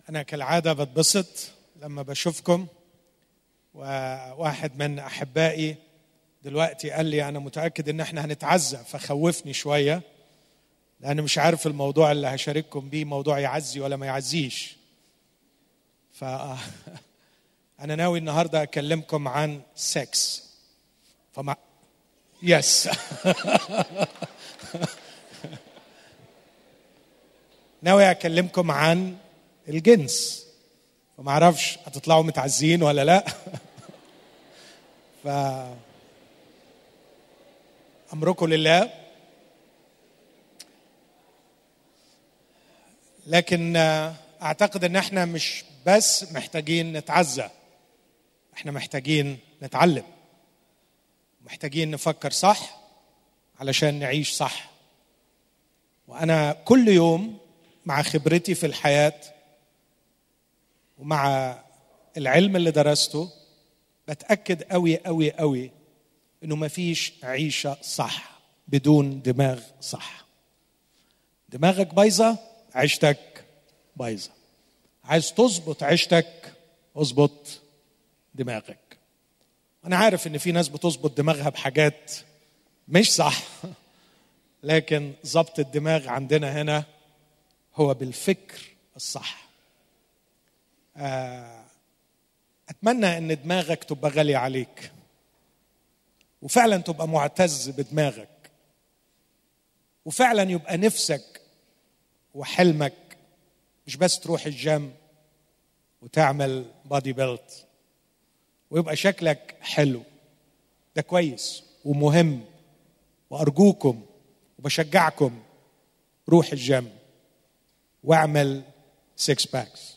أنا كالعادة بتبسط لما بشوفكم، وواحد من أحبائي دلوقتي قال لي أنا متأكد إن احنا هنتعزى، فخوفني شوية لأن مش عارف الموضوع اللي هشارككم بيه موضوع يعزي ولا ما يعزيش. أنا ناوي النهاردة أكلمكم عن سكس. يس ناوي أكلمكم عن الجنس، فما أعرفش هتطلعوا متعزين ولا لا. أمركم لله. لكن أعتقد أن احنا مش بس محتاجين نتعزى، احنا محتاجين نتعلم، محتاجين نفكر صح علشان نعيش صح. وأنا كل يوم مع خبرتي في الحياة ومع العلم اللي درسته بتأكد قوي قوي قوي إنه مفيش عيشة صح بدون دماغ صح. دماغك بايظة عيشتك بايظة. عايز تظبط عيشتك اظبط دماغك. أنا عارف إن في ناس بتظبط دماغها بحاجات مش صح، لكن ضبط الدماغ عندنا هنا هو بالفكر الصح. أتمنى أن دماغك تبقى غالية عليك، وفعلا تبقى معتز بدماغك، وفعلا يبقى نفسك وحلمك مش بس تروح الجيم وتعمل بادي بيلت ويبقى شكلك حلو. ده كويس ومهم، وأرجوكم وبشجعكم روح الجيم واعمل 6 باكس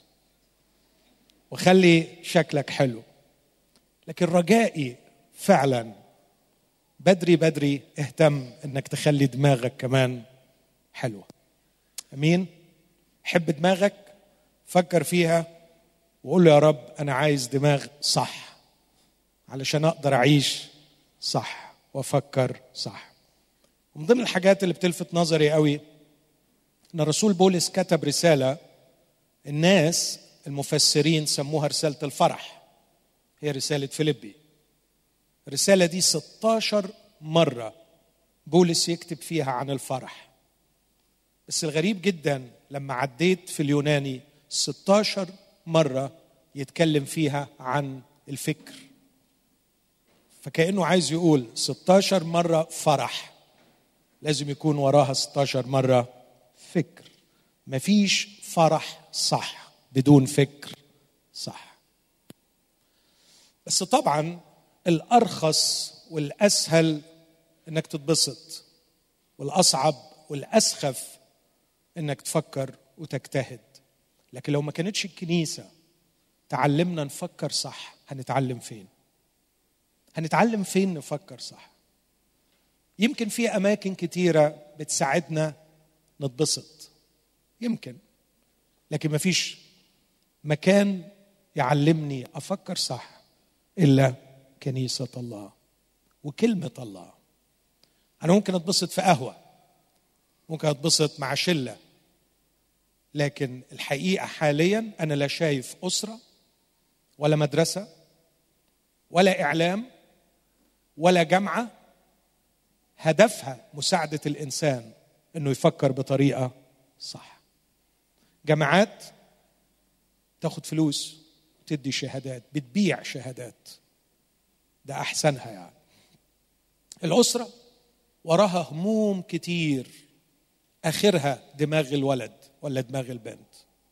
وخلي شكلك حلو. لكن رجائي فعلا بدري بدري اهتم انك تخلي دماغك كمان حلوة. امين. حب دماغك، فكر فيها وقول له يا رب انا عايز دماغ صح علشان اقدر اعيش صح وافكر صح. ومن ضمن الحاجات اللي بتلفت نظري قوي ان الرسول بولس كتب رسالة الناس المفسرين سموها رسالة الفرح، هي رسالة فيليبي. الرسالة دي 16 مرة بولس يكتب فيها عن الفرح، بس الغريب جدا لما عديت في اليوناني 16 مرة يتكلم فيها عن الفكر. فكأنه عايز يقول 16 مرة فرح لازم يكون وراها 16 مرة فكر. مفيش فرح صح بدون فكر صح. بس طبعا الأرخص والأسهل إنك تتبسط، والأصعب والأسخف إنك تفكر وتجتهد. لكن لو ما كانتش الكنيسة تعلمنا نفكر صح هنتعلم فين؟ هنتعلم فين نفكر صح؟ يمكن في أماكن كتيرة بتساعدنا نتبسط يمكن، لكن ما فيش مكان يعلمني أفكر صح إلا كنيسة الله وكلمة الله. أنا ممكن أتبسط في قهوة، ممكن أتبسط مع شلة، لكن الحقيقة حاليا أنا لا شايف أسرة ولا مدرسة ولا إعلام ولا جامعة هدفها مساعدة الإنسان إنه يفكر بطريقة صح. جامعات تاخد فلوس وتدي شهادات، بتبيع شهادات، ده أحسنها يعني. الأسرة وراها هموم كتير آخرها دماغ الولد ولا دماغ البنت.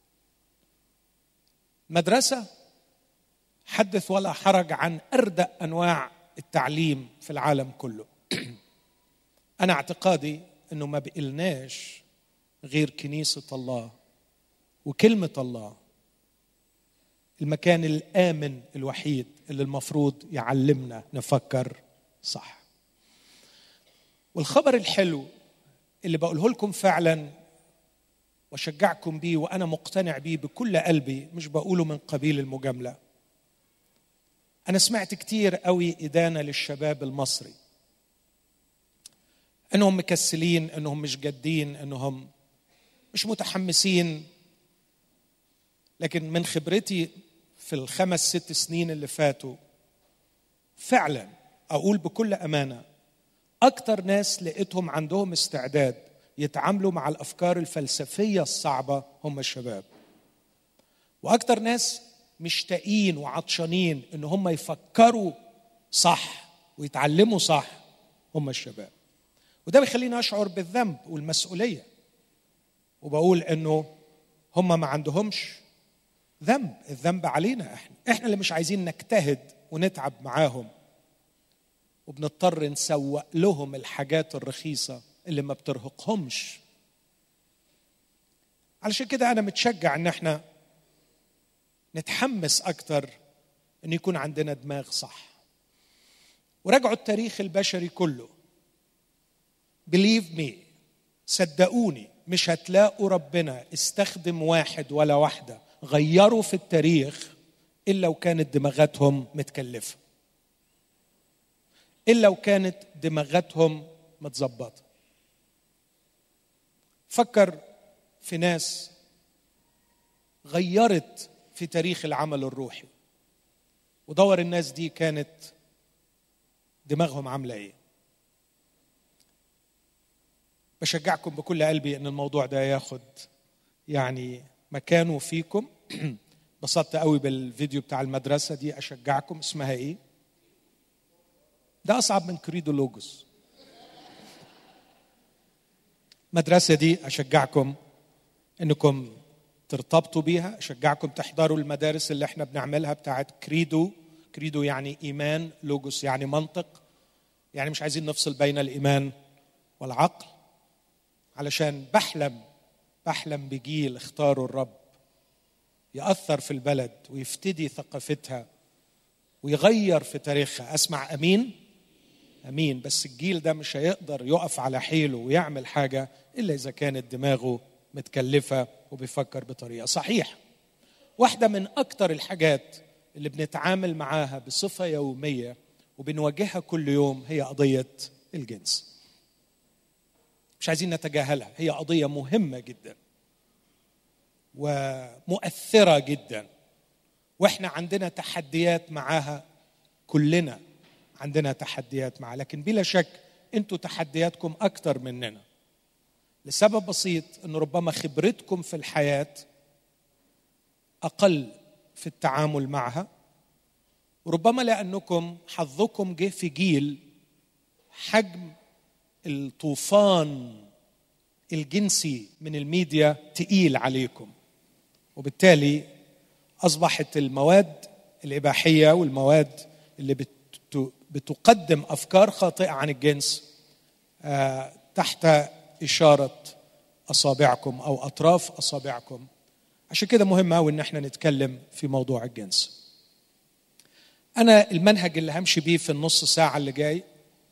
مدرسة حدث ولا حرج عن أردأ أنواع التعليم في العالم كله. أنا اعتقادي أنه ما بقلناش غير كنيسة الله وكلمة الله، المكان الآمن الوحيد اللي المفروض يعلمنا نفكر صح. والخبر الحلو اللي بقوله لكم فعلا وشجعكم بيه وأنا مقتنع بيه بكل قلبي، مش بقوله من قبيل المجاملة. أنا سمعت كتير قوي إدانة للشباب المصري، أنهم مكسلين، أنهم مش جادين، أنهم مش متحمسين. لكن من خبرتي في 5-6 سنين اللي فاتوا فعلا أقول بكل أمانة أكتر ناس لقيتهم عندهم استعداد يتعاملوا مع الأفكار الفلسفية الصعبة هم الشباب. وأكتر ناس مشتاقين وعطشانين إن هم يفكروا صح ويتعلموا صح هم الشباب. وده بيخليني أشعر بالذنب والمسؤولية، وبقول إنه هم ما عندهمش ذنب، الذنب علينا إحنا اللي مش عايزين نجتهد ونتعب معاهم، وبنضطر نسوق لهم الحاجات الرخيصة اللي ما بترهقهمش. علشان كده أنا متشجع إن إحنا نتحمس أكتر إن يكون عندنا دماغ صح. وراجعوا التاريخ البشري كله، believe me، صدقوني مش هتلاقوا ربنا استخدم واحد ولا واحدة غيروا في التاريخ إلا لو كانت دماغاتهم متكلفة، إلا لو كانت دماغاتهم متظبطة. فكر في ناس غيرت في تاريخ العمل الروحي، ودور الناس دي كانت دماغهم عاملة إيه. بشجعكم بكل قلبي إن الموضوع ده ياخد مكانه فيكم. بسطت قوي بالفيديو بتاع المدرسة دي، أشجعكم. اسمها إيه؟ ده أصعب من كريدو لوجوس. المدرسة دي أشجعكم إنكم ترتبطوا بيها، أشجعكم تحضروا المدارس اللي احنا بنعملها بتاعت كريدو. كريدو يعني إيمان، لوجوس يعني منطق، يعني مش عايزين نفصل بين الإيمان والعقل. علشان بحلم بجيل اختاروا الرب يأثر في البلد ويفتدي ثقافتها ويغير في تاريخها. أسمع أمين؟ أمين. بس الجيل ده مش هيقدر يقف على حيله ويعمل حاجة إلا إذا كانت دماغه متكلفة وبيفكر بطريقة صحيحة. واحدة من أكتر الحاجات اللي بنتعامل معاها بصفة يومية وبنواجهها كل يوم هي قضية الجنس. مش عايزين نتجاهلها، هي قضية مهمة جدا ومؤثرة جدا، وإحنا عندنا تحديات معاها، كلنا عندنا تحديات معاها، لكن بلا شك أنتوا تحدياتكم أكتر مننا، لسبب بسيط أن ربما خبرتكم في الحياة أقل في التعامل معها، وربما لأنكم حظكم جه في جيل حجم الطوفان الجنسي من الميديا تقيل عليكم، وبالتالي أصبحت المواد الإباحية والمواد اللي بتقدم أفكار خاطئة عن الجنس تحت إشارة أصابعكم أو أطراف أصابعكم. عشان كده مهم أوي إن احنا نتكلم في موضوع الجنس. أنا المنهج اللي همشي بيه في النص ساعة اللي جاي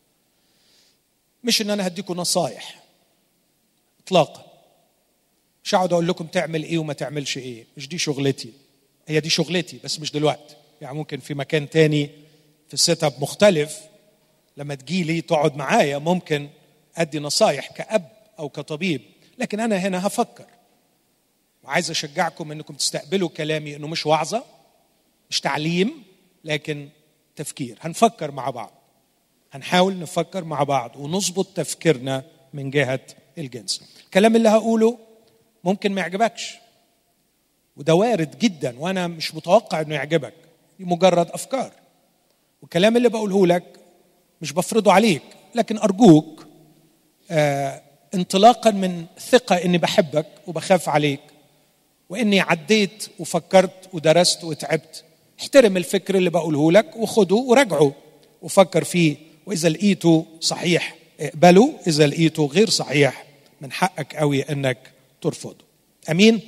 مش إن أنا هديكم نصايح إطلاقا، مش هقعد أقول لكم تعمل إيه وما تعملش إيه، مش دي شغلتي. هي دي شغلتي بس مش دلوقتي، يعني ممكن في مكان تاني في السيت اب مختلف لما تجيلي تقعد معايا ممكن أدي نصايح كأب أو كطبيب، لكن أنا هنا هفكر، وعايز أشجعكم أنكم تستقبلوا كلامي أنه مش وعظة مش تعليم، لكن تفكير. هنفكر مع بعض، هنحاول نفكر مع بعض ونظبط تفكيرنا من جهة الجنس. الكلام اللي هقوله ممكن ما يعجبكش، وده وارد جدا، وأنا مش متوقع أنه يعجبك، دي مجرد أفكار، والكلام اللي بقوله لك مش بفرضه عليك، لكن أرجوك انطلاقا من ثقة أني بحبك وبخاف عليك وإني عديت وفكرت ودرست وتعبت، احترم الفكر اللي بقوله لك وخده وراجعه وفكر فيه، وإذا لقيته صحيح اقبله، إذا لقيته غير صحيح من حقك قوي أنك ترفضه. أمين؟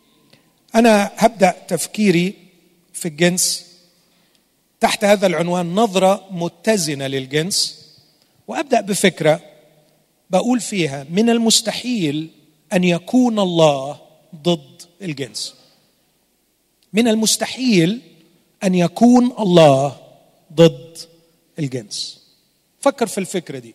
أنا هبدأ تفكيري في الجنس تحت هذا العنوان، نظرة متزنة للجنس، وأبدأ بفكرة بقول فيها من المستحيل أن يكون الله ضد الجنس. من المستحيل أن يكون الله ضد الجنس. فكر في الفكرة دي.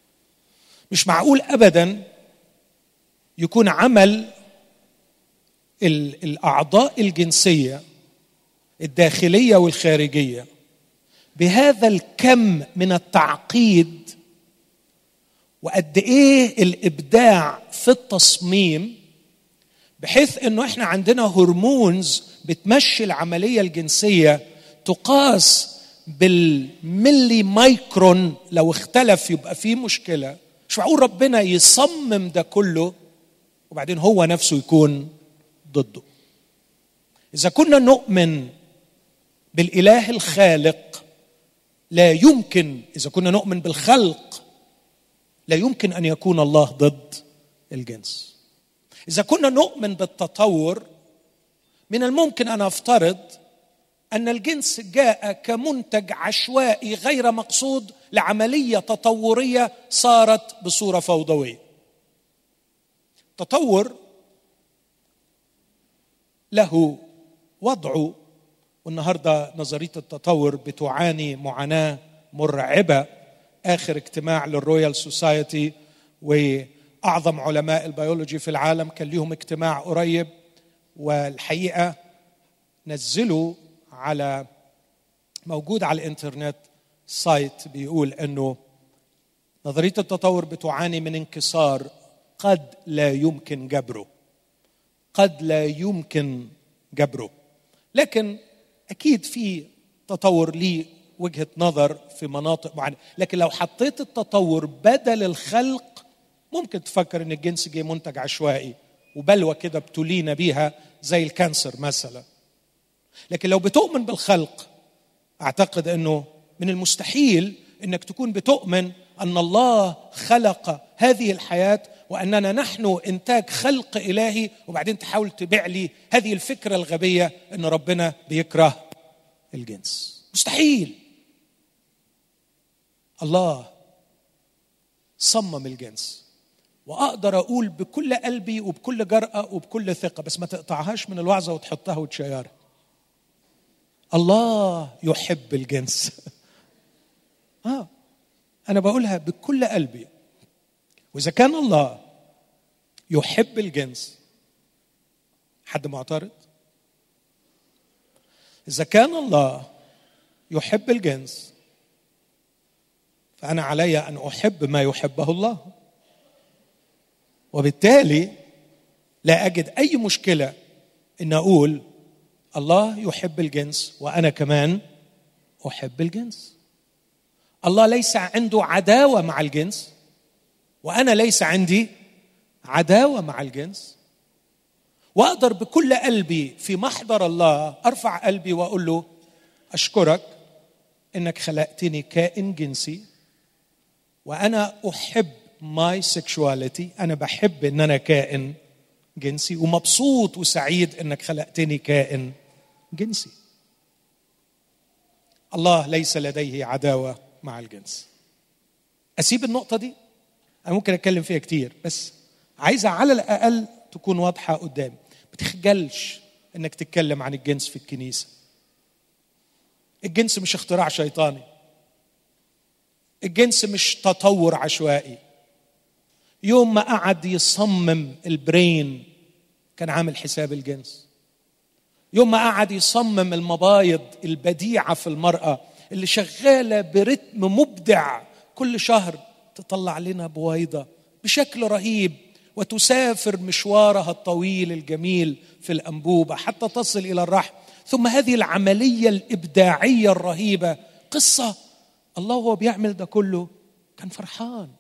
مش معقول أبدا يكون عمل الأعضاء الجنسية الداخلية والخارجية بهذا الكم من التعقيد، وقد إيه الإبداع في التصميم، بحيث إنه إحنا عندنا هرمونز بتمشي العملية الجنسية تقاس بالملي مايكرون، لو اختلف يبقى فيه مشكلة. مش معقول ربنا يصمم ده كله وبعدين هو نفسه يكون ضده. إذا كنا نؤمن بالإله الخالق، لا يمكن، إذا كنا نؤمن بالخلق، لا يمكن أن يكون الله ضد الجنس. إذا كنا نؤمن بالتطور، من الممكن أن أفترض أن الجنس جاء كمنتج عشوائي غير مقصود لعملية تطورية صارت بصورة فوضوية. التطور له وضعه، والنهاردة نظرية التطور بتعاني معاناة مرعبة. آخر اجتماع للرويال سوسايتي وأعظم علماء البيولوجي في العالم كان لهم اجتماع قريب، والحقيقة نزلوا على موجود على الانترنت سايت بيقول أنه نظرية التطور بتعاني من انكسار قد لا يمكن جبره، قد لا يمكن جبره. لكن أكيد في تطور ليه وجهة نظر في مناطق معينة، لكن لو حطيت التطور بدل الخلق ممكن تفكر ان الجنس جه منتج عشوائي وبلوى كده ابتلينا بيها زي الكانسر مثلا. لكن لو بتؤمن بالخلق، اعتقد انه من المستحيل انك تكون بتؤمن ان الله خلق هذه الحياة واننا نحن انتاج خلق الهي، وبعدين تحاول تبيع لي هذه الفكرة الغبية ان ربنا بيكره الجنس. مستحيل. الله صمم الجنس، وأقدر أقول بكل قلبي وبكل جرأة وبكل ثقة، بس ما تقطعهاش من الوعظة وتحطها وتشيرها. الله يحب الجنس. أنا بقولها بكل قلبي. وإذا كان الله يحب الجنس، حد معترض؟ إذا كان الله يحب الجنس، فأنا علي أن أحب ما يحبه الله، وبالتالي لا أجد أي مشكلة إن أقول الله يحب الجنس وأنا كمان أحب الجنس. الله ليس عنده عداوة مع الجنس وأنا ليس عندي عداوة مع الجنس، وأقدر بكل قلبي في محضر الله أرفع قلبي وأقول له أشكرك إنك خلقتني كائن جنسي، وأنا أحب my sexuality، أنا بحب إن أنا كائن جنسي، ومبسوط وسعيد إنك خلقتني كائن جنسي. الله ليس لديه عداوة مع الجنس. أسيب النقطة دي، أنا ممكن أتكلم فيها كتير، بس عايزة على الأقل تكون واضحة قدامي. بتخجلش إنك تتكلم عن الجنس في الكنيسة. الجنس مش اختراع شيطاني، الجنس مش تطور عشوائي. يوم ما قعد يصمم البرين كان عامل حساب الجنس. يوم ما قعد يصمم المبايض البديعة في المرأة اللي شغالة برتم مبدع، كل شهر تطلع لنا بويضة بشكل رهيب، وتسافر مشوارها الطويل الجميل في الأنبوبة حتى تصل إلى الرحم. ثم هذه العملية الإبداعية الرهيبة، قصة الله هو بيعمل ده كله كان فرحان،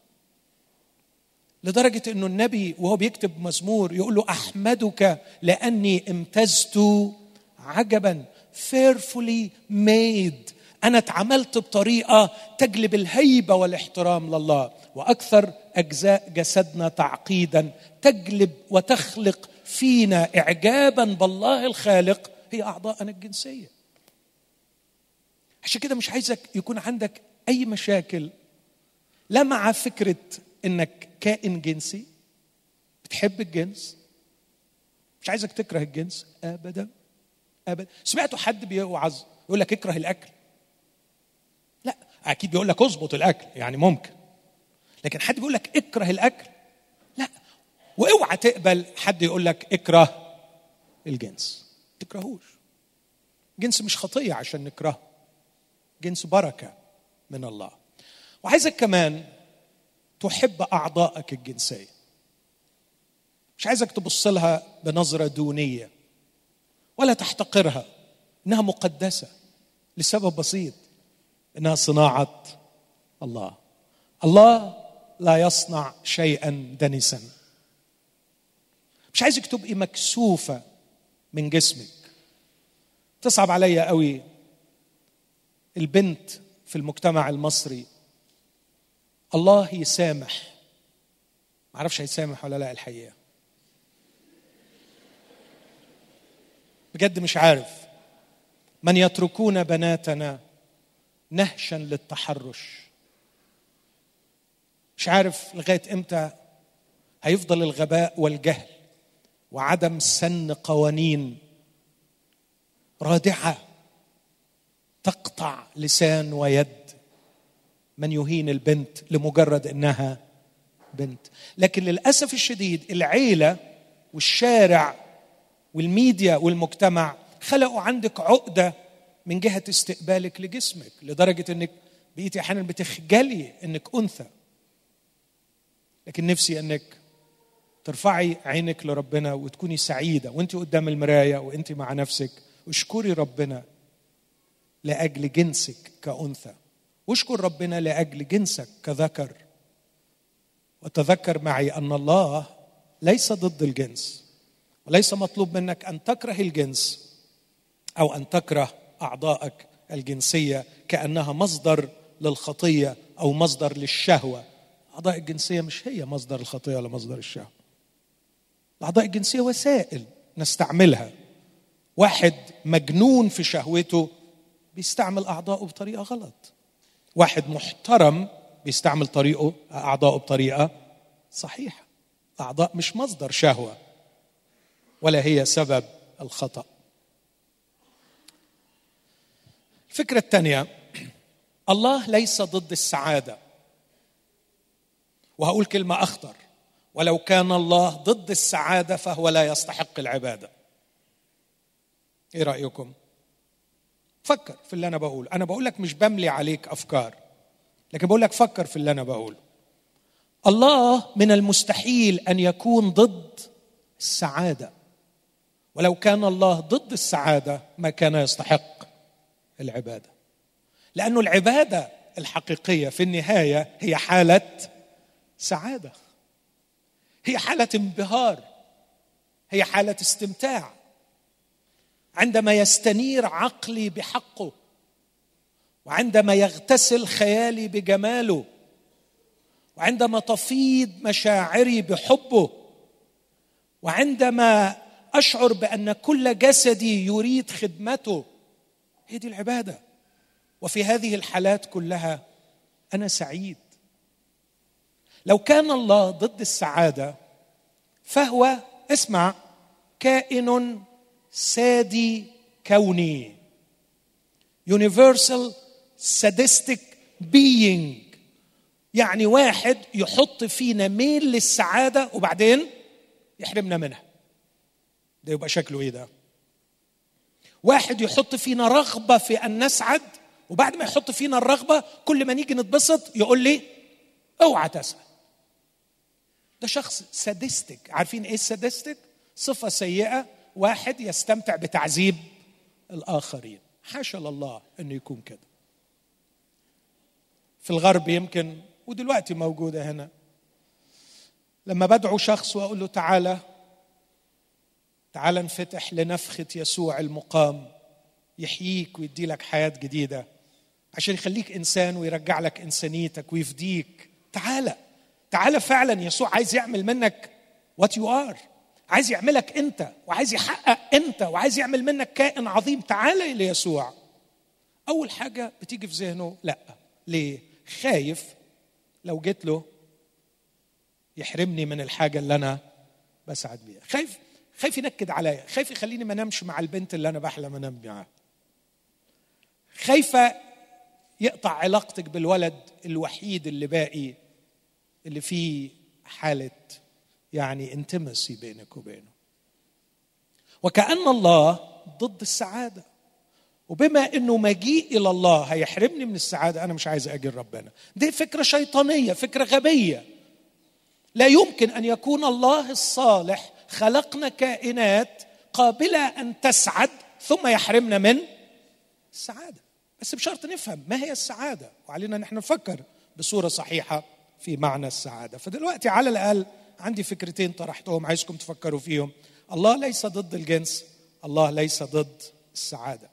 لدرجة أنه النبي وهو بيكتب مزمور يقول له أحمدك لأني امتزت عجبا، fearfully made. أنا اتعملت بطريقة تجلب الهيبة والاحترام لله. وأكثر أجزاء جسدنا تعقيدا تجلب وتخلق فينا إعجابا بالله الخالق هي أعضاءنا الجنسية. عشان كده مش عايزك يكون عندك أي مشاكل لا مع فكرة إنك كائن جنسي بتحب الجنس. مش عايزك تكره الجنس أبدا أبدا. سمعتوا حد بيوعظ يقول لك اكره الأكل؟ لا، أكيد بيقول لك اظبط الأكل، يعني ممكن، لكن حد بيقول لك اكره الأكل؟ لا. واوعى تقبل حد يقول لك اكره الجنس. تكرهوش. جنس مش خطية عشان نكرهه، جنس بركة من الله. وعايزك كمان تحب أعضائك الجنسية. مش عايزك تبص لها بنظرة دونية ولا تحتقرها، إنها مقدسة لسبب بسيط، إنها صناعة الله. الله لا يصنع شيئا دنسا. مش عايزك تبقي مكسوفة من جسمك. تصعب عليا قوي البنت في المجتمع المصري. الله يسامح، معرفش هيسامح ولا لا الحقيقة، بجد مش عارف. من يتركون بناتنا نهشا للتحرش. مش عارف لغاية امتى هيفضل الغباء والجهل وعدم سن قوانين رادعة تقطع لسان ويد من يهين البنت لمجرد انها بنت. لكن للأسف الشديد العيلة والشارع والميديا والمجتمع خلقوا عندك عقدة من جهة استقبالك لجسمك، لدرجة انك بقيتي احيانا بتخجلي انك انثى. لكن نفسي انك ترفعي عينك لربنا وتكوني سعيدة وانت قدام المراية وانت مع نفسك، واشكري ربنا لأجل جنسك كأنثى، واشكر ربنا لأجل جنسك كذكر. وتذكر معي أن الله ليس ضد الجنس، وليس مطلوب منك أن تكره الجنس أو أن تكره أعضائك الجنسية كأنها مصدر للخطية أو مصدر للشهوة. الأعضاء الجنسية مش هي مصدر الخطية ولا مصدر الشهوة. الأعضاء الجنسية وسائل نستعملها. واحد مجنون في شهوته بيستعمل أعضائه بطريقة غلط، واحد محترم بيستعمل أعضائه بطريقة صحيحة. أعضاء مش مصدر شهوة ولا هي سبب الخطأ. الفكرة الثانية، الله ليس ضد السعادة. وهقول كلمة أخطر، ولو كان الله ضد السعادة فهو لا يستحق العبادة. إيه رأيكم؟ فكر في اللي أنا بقوله. أنا بقول لك مش بملي عليك أفكار، لكن بقول لك فكر في اللي أنا بقوله. الله من المستحيل أن يكون ضد السعادة، ولو كان الله ضد السعادة ما كان يستحق العبادة. لأنه العبادة الحقيقية في النهاية هي حالة سعادة، هي حالة انبهار، هي حالة استمتاع. عندما يستنير عقلي بحقه، وعندما يغتسل خيالي بجماله، وعندما تفيض مشاعري بحبه، وعندما أشعر بأن كل جسدي يريد خدمته، هي دي العبادة. وفي هذه الحالات كلها أنا سعيد. لو كان الله ضد السعادة فهو، اسمع، كائن سادي كوني، universal sadistic being. يعني واحد يحط فينا ميل للسعادة وبعدين يحرمنا منها. ده يبقى شكله ايه ده؟ واحد يحط فينا رغبة في أن نسعد، وبعد ما يحط فينا الرغبة كل ما نيجي نتبسط يقول لي اوعى تسعد. ده شخص سادستك. عارفين ايه السادستك؟ صفة سيئة، واحد يستمتع بتعذيب الآخرين. حاشا لله أنه يكون كده. في الغرب يمكن، ودلوقتي موجودة هنا، لما بدعو شخص وأقول له تعالى نفتح لنفخة يسوع المقام يحييك ويدي لك حياة جديدة عشان يخليك إنسان ويرجع لك إنسانيتك ويفديك. تعالى فعلا يسوع عايز يعمل منك what you are، عايز يعملك أنت، وعايز يحقق أنت، وعايز يعمل منك كائن عظيم. تعالى ليسوع. أول حاجة بتيجي في ذهنه لا. ليه؟ خايف لو جيت له يحرمني من الحاجة اللي أنا بسعد بيها. خايف ينكد عليا، خايف يخليني ما نمش مع البنت اللي أنا بحلم أنام معاها، خايفة يقطع علاقتك بالولد الوحيد اللي باقي، اللي فيه حالة يعني intimacy بينك وبينه. وكأن الله ضد السعادة. وبما انه مجيء الى الله هيحرمني من السعادة، انا مش عايز اجي لربنا. دي فكرة شيطانية، فكرة غبية. لا يمكن ان يكون الله الصالح خلقنا كائنات قابلة ان تسعد ثم يحرمنا من السعادة. بس بشرط نفهم ما هي السعادة، وعلينا نحن نفكر بصورة صحيحة في معنى السعادة. فدلوقتي على الأقل عندي فكرتين طرحتهم عايزكم تفكروا فيهم. الله ليس ضد الجنس، الله ليس ضد السعادة.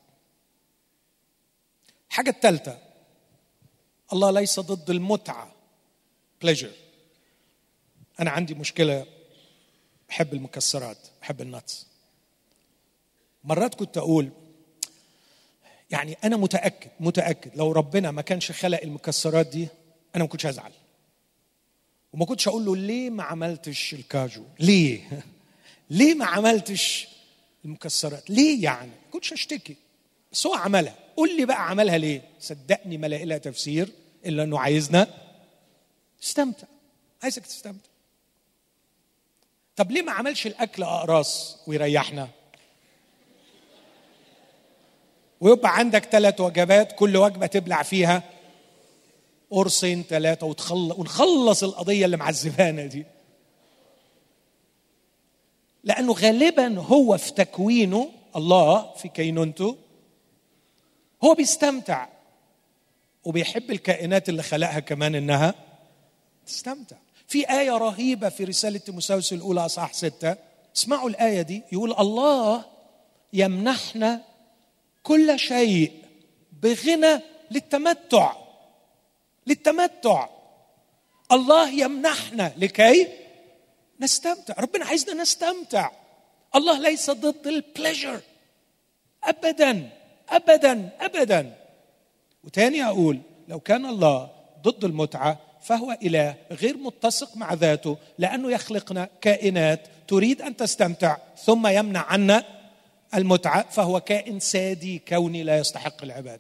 الحاجة الثالثة، الله ليس ضد المتعة، pleasure. أنا عندي مشكلة، بحب المكسرات، بحب النتس. مرات كنت أقول يعني أنا متأكد لو ربنا ما كانش خلق المكسرات دي أنا ما كنتش هزعل، وما كنتش أقول له ليه ما عملتش الكاجو، ليه ما عملتش المكسرات، ليه يعني ما كنتش أشتكي. بس هو عملها. قول لي بقى عملها ليه؟ صدقني ما لاقي لها تفسير إلا أنه عايزنا تستمتع، عايزك تستمتع. طب ليه ما عملش الأكل أقراص ويريحنا ويبقى عندك 3 وجبات كل وجبة تبلع فيها قرصين 3 ونخلص القضية اللي معذبانا دي؟ لأنه غالبا هو في تكوينه، الله في كينونته هو بيستمتع، وبيحب الكائنات اللي خلقها كمان إنها تستمتع. في آية رهيبة في رسالة تيموثاوس الأولى أصحاح 6، اسمعوا الآية دي. يقول الله يمنحنا كل شيء بغنى للتمتع. الله يمنحنا لكي نستمتع. ربنا عايزنا نستمتع. الله ليس ضد البليجر أبدا أبدا أبدا. وتاني أقول لو كان الله ضد المتعة فهو إله غير متسق مع ذاته، لأنه يخلقنا كائنات تريد أن تستمتع ثم يمنع عنا المتعة، فهو كائن سادي كوني لا يستحق العبادة.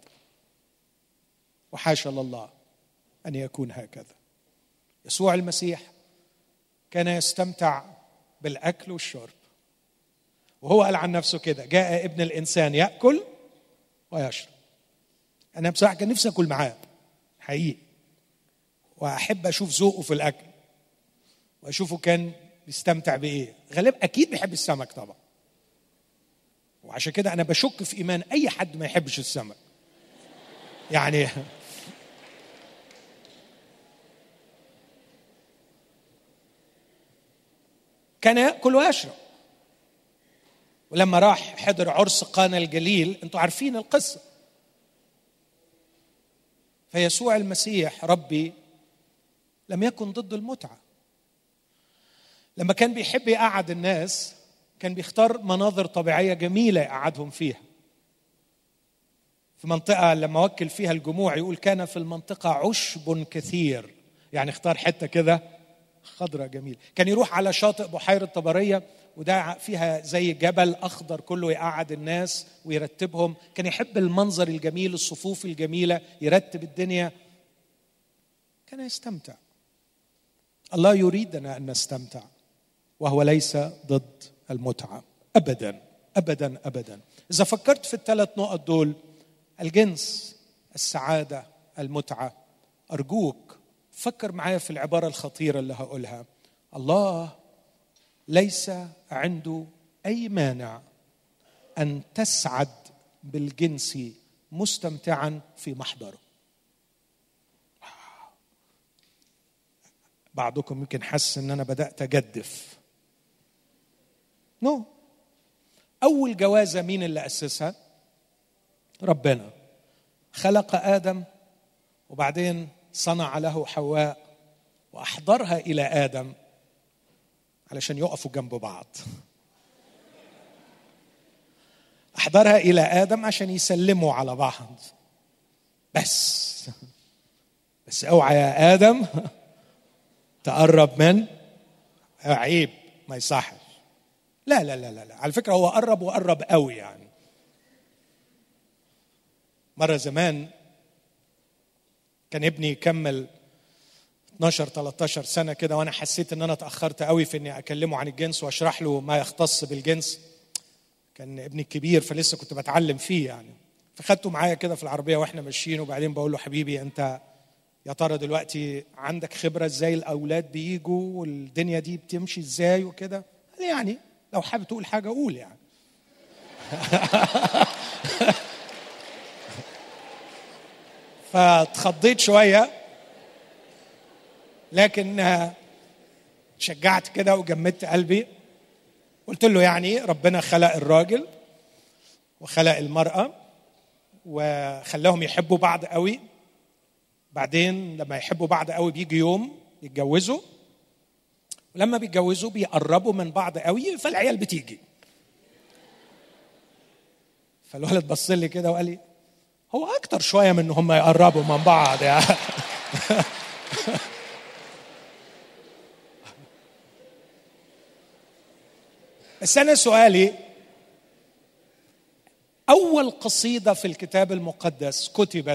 وحاشا لله أن يكون هكذا. يسوع المسيح كان يستمتع بالأكل والشرب، وهو قال عن نفسه كده: جاء ابن الإنسان يأكل ويشرب. أنا بصراحة كان نفسي أكل معاه حقيقي، وأحب أشوف ذوقه في الأكل وأشوفه كان بيستمتع بإيه. غالبا أكيد بيحب السمك طبعا، وعشان كده أنا بشك في إيمان أي حد ما يحبش السمك يعني. كان يأكل ويشرب. ولما راح حضر عرس قانا الجليل، أنتوا عارفين القصة، فيسوع المسيح ربي لم يكن ضد المتعة. لما كان بيحب يقعد الناس كان بيختار مناظر طبيعية جميلة يقعدهم فيها. في منطقة لما وكل فيها الجموع يقول كان في المنطقة عشب كثير، يعني اختار حتة كده خضرة جميل. كان يروح على شاطئ بحيرة طبرية، وده فيها زي جبل أخضر كله، يقعد الناس ويرتبهم. كان يحب المنظر الجميل، الصفوف الجميلة، يرتب الدنيا، كان يستمتع. الله يريدنا أن نستمتع، وهو ليس ضد المتعة أبدا أبدا أبدا. إذا فكرت في ال3 نقط دول، الجنس، السعادة، المتعة، أرجوك فكر معايا في العبارة الخطيرة اللي هقولها. الله ليس عنده أي مانع أن تسعد بالجنس مستمتعا في محضره. بعضكم يمكن حس أن أنا بدأت أجدف. أول جوازة مين اللي أسسها؟ ربنا. خلق آدم، وبعدين صنع له حواء وأحضرها إلى آدم علشان يقفوا جنب بعض. أحضرها إلى آدم عشان يسلموا على بعض. بس اوعى يا آدم تقرب من عيب، ما يصحش. لا لا لا لا، على فكرة هو قرب وقرب قوي. يعني مرة زمان كان ابني يكمل 12-13 سنة كده، وأنا حسيت أن أنا تأخرت قوي في أني أكلمه عن الجنس وأشرح له ما يختص بالجنس. كان ابني الكبير فلسه كنت بتعلم فيه يعني، فخدته معايا كده في العربية واحنا ماشيين، وبعدين بقول له حبيبي انت يا ترى دلوقتي عندك خبرة ازاي الاولاد بيجوا والدنيا دي بتمشي ازاي وكده؟ قال لي يعني لو حابب تقول حاجة قول يعني. فاتخضيت شوية، لكن شجعت كده وجمدت قلبي. قلت له يعني ربنا خلق الراجل وخلق المرأة وخلاهم يحبوا بعض قوي، بعدين لما يحبوا بعض قوي بيجي يوم يتجوزوا، ولما بيتجوزوا بيقربوا من بعض قوي فالعيال بتيجي. فالولد بص لي كده وقال لي هو اكتر شويه من ان هم يقربوا من بعض يعني. بس انا سؤالي، اول قصيده في الكتاب المقدس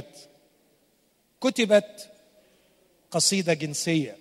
كتبت قصيده جنسيه.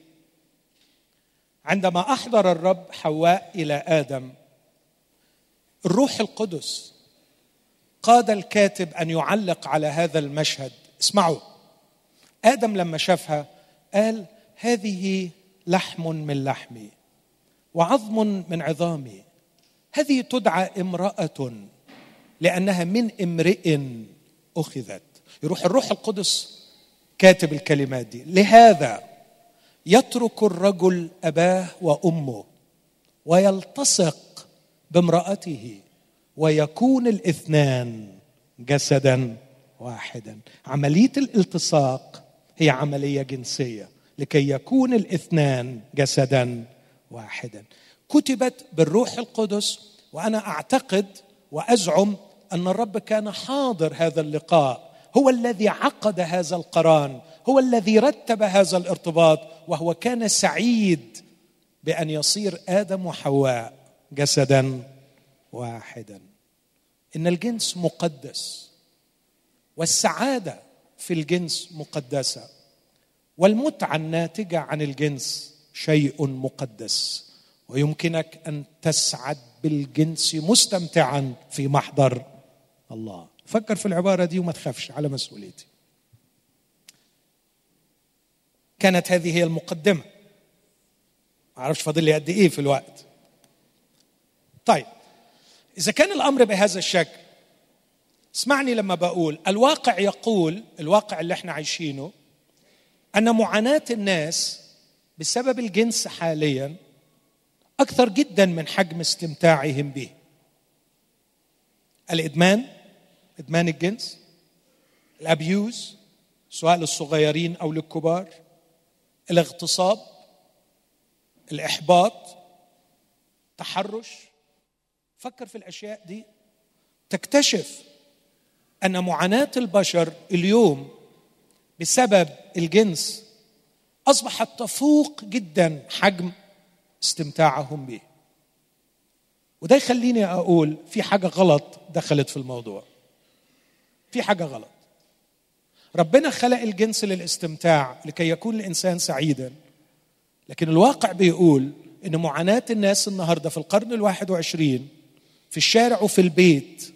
عندما احضر الرب حواء الى ادم، الروح القدس قاد الكاتب أن يعلق على هذا المشهد. اسمعوا، آدم لما شافها قال هذه لحم من لحمي وعظم من عظامي، هذه تدعى امرأة لأنها من امرئ أخذت. يروح الروح القدس كاتب الكلمات دي، لهذا يترك الرجل أباه وأمه ويلتصق بامرأته ويكون الاثنان جسدا واحدا. عملية الالتصاق هي عملية جنسية لكي يكون الاثنان جسدا واحدا. كتبت بالروح القدس، وأنا أعتقد وأزعم أن الرب كان حاضر هذا اللقاء، هو الذي عقد هذا القران، هو الذي رتب هذا الارتباط، وهو كان سعيد بأن يصير آدم وحواء جسدا واحدا. إن الجنس مقدس، والسعادة في الجنس مقدسة، والمتعة الناتجة عن الجنس شيء مقدس، ويمكنك أن تسعد بالجنس مستمتعا في محضر الله. فكر في العبارة دي وما تخافش، على مسؤوليتي. كانت هذه هي المقدمة، ما أعرفش فاضل لي قد إيه في الوقت. طيب، إذا كان الأمر بهذا الشكل، اسمعني لما بقول الواقع يقول، الواقع اللي احنا عايشينه، أن معاناة الناس بسبب الجنس حاليا أكثر جدا من حجم استمتاعهم به. الإدمان، إدمان الجنس، الأبيوز سواء للصغيرين أو للكبار، الاغتصاب، الإحباط، تحرش. فكر في الأشياء دي تكتشف أن معاناة البشر اليوم بسبب الجنس أصبحت تفوق جدا حجم استمتاعهم به. وده يخليني أقول في حاجة غلط دخلت في الموضوع، في حاجة غلط. ربنا خلق الجنس للاستمتاع لكي يكون الإنسان سعيدا، لكن الواقع بيقول إن معاناة الناس النهاردة في القرن 21 في الشارع وفي البيت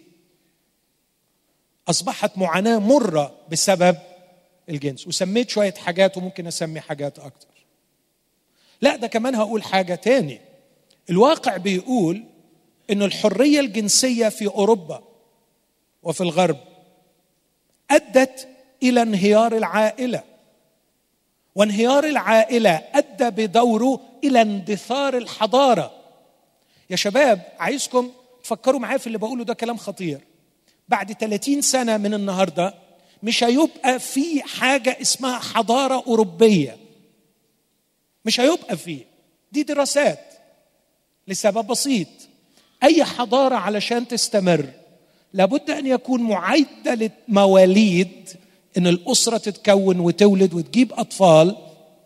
أصبحت معاناة مرة بسبب الجنس. وسميت شوية حاجات وممكن أسمي حاجات أكتر. لا، ده كمان هقول حاجة تاني. الواقع بيقول إن الحرية الجنسية في أوروبا وفي الغرب أدت إلى انهيار العائلة، وانهيار العائلة أدى بدوره إلى اندثار الحضارة. يا شباب، عايزكم تفكروا معايا في اللي بقوله، ده كلام خطير. بعد 30 سنة من النهاردة مش هيبقى في حاجة اسمها حضارة أوروبية، مش هيبقى فيه. دي دراسات لسبب بسيط. أي حضارة علشان تستمر لابد أن يكون معدل المواليد، إن الأسرة تتكون وتولد وتجيب أطفال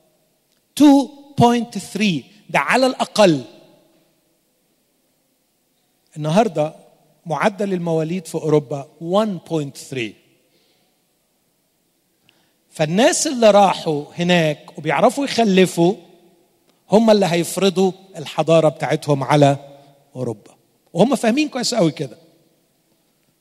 2.3، ده على الأقل. النهاردة معدل المواليد في أوروبا 1.3. فالناس اللي راحوا هناك وبيعرفوا يخلفوا هم اللي هيفرضوا الحضارة بتاعتهم على أوروبا، وهم فاهمين كويس قوي كده.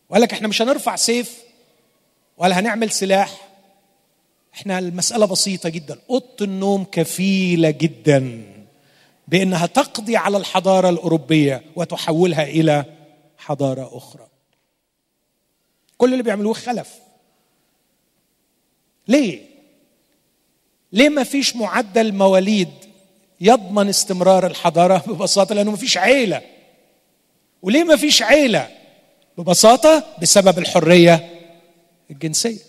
وقال لك احنا مش هنرفع سيف ولا هنعمل سلاح، احنا المسألة بسيطة جدا. أوضة النوم كفيلة جدا بأنها تقضي على الحضارة الأوروبية وتحولها إلى حضارة أخرى. كل اللي بيعملوه خلف. ليه ما فيش معدل مواليد يضمن استمرار الحضارة؟ ببساطة لأنه ما فيش عيلة. وليه ما فيش عيلة؟ ببساطة بسبب الحرية الجنسية.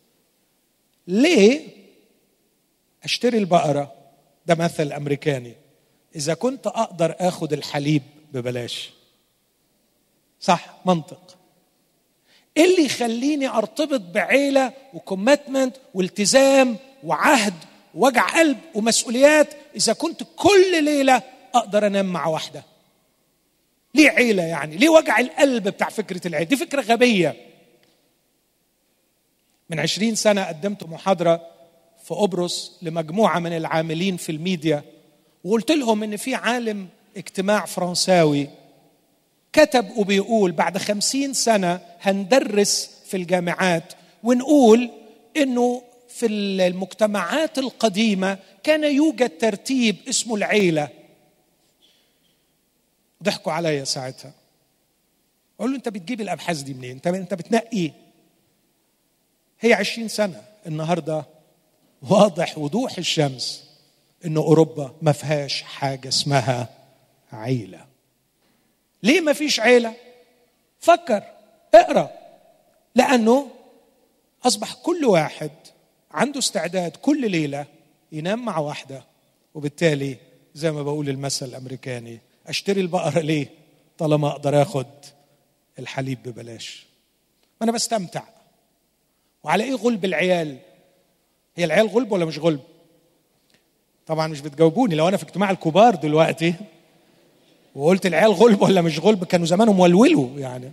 ليه أشتري البقرة؟ ده مثل أمريكاني. إذا كنت أقدر أخذ الحليب ببلاش، صح؟ منطق. إيه اللي يخليني أرتبط بعيلة وكوميتمنت والتزام وعهد ووجع قلب ومسؤوليات إذا كنت كل ليلة أقدر أنام مع واحدة؟ ليه عيلة يعني؟ ليه وجع القلب بتاع فكرة العيلة؟ دي فكرة غبية. من 20 سنة قدمت محاضرة في قبرص لمجموعة من العاملين في الميديا، وقلت لهم إن في عالم اجتماع فرنساوي كتب وبيقول بعد 50 سنة هندرس في الجامعات ونقول إنه في المجتمعات القديمة كان يوجد ترتيب اسمه العيلة. ضحكوا عليا ساعتها. أقول له أنت بتجيب الأبحاث دي منين؟ أنت بتنقي. هي 20 سنة النهاردة واضح وضوح الشمس إن أوروبا ما فيهاش حاجة اسمها عيلة. ليه ما فيش عيلة؟ فكر، اقرأ. لأنه أصبح كل واحد عنده استعداد كل ليلة ينام مع واحدة، وبالتالي زي ما بقول المثل الأمريكاني، أشتري البقرة ليه طالما أقدر أخد الحليب ببلاش؟ أنا بستمتع. وعلى إيه غلب العيال؟ هي العيال غلب ولا مش غلب؟ طبعا مش بتجاوبوني. لو أنا في اجتماع الكبار دلوقتي وقلت العيال غلب ولا مش غلب كانوا زمانهم ولولوا يعني.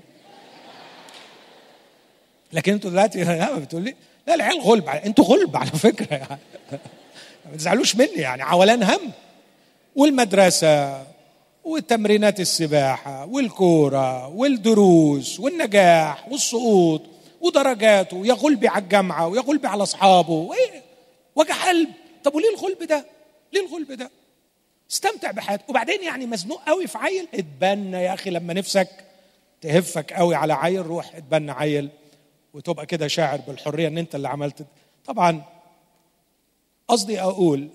لكن انتوا دلوقتي بتقول لي لا العيال غلب. انتوا غلب على فكرة يعني. ما تزعلوش مني يعني. عولان هم. والمدرسة وتمرينات السباحة والكورة والدروس والنجاح والسقوط ودرجاته، يا غلبي على الجامعة ويا غلبي على أصحابه، وجع قلب. طب وليه الغلب ده؟ ليه الغلب ده؟ استمتع بحياتك. وبعدين يعني مزنوق قوي في عيل؟ اتبنى يا أخي. لما نفسك تهفك قوي على عيل روح اتبنى عيل وتبقى كده شاعر بالحرية ان انت اللي عملت. طبعا قصدي اقول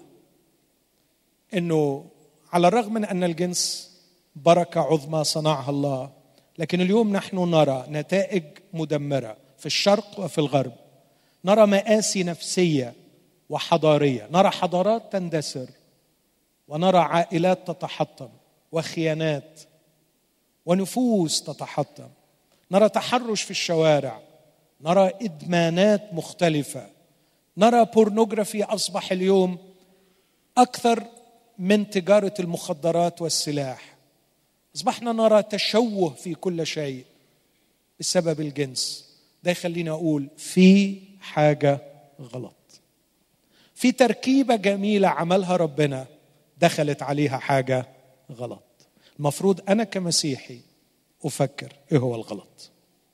انه على الرغم من ان الجنس بركة عظمى صنعها الله، لكن اليوم نحن نرى نتائج مدمرة في الشرق وفي الغرب. نرى مآسي نفسية وحضارية، نرى حضارات تندثر، ونرى عائلات تتحطم وخيانات ونفوس تتحطم. نرى تحرش في الشوارع، نرى إدمانات مختلفة، نرى بورنوغرافي أصبح اليوم أكثر من تجارة المخدرات والسلاح. أصبحنا نرى تشوه في كل شيء بسبب الجنس. ده يخلينا أقول في حاجة غلط، في تركيبة جميلة عملها ربنا دخلت عليها حاجة غلط. المفروض أنا كمسيحي أفكر إيه هو الغلط،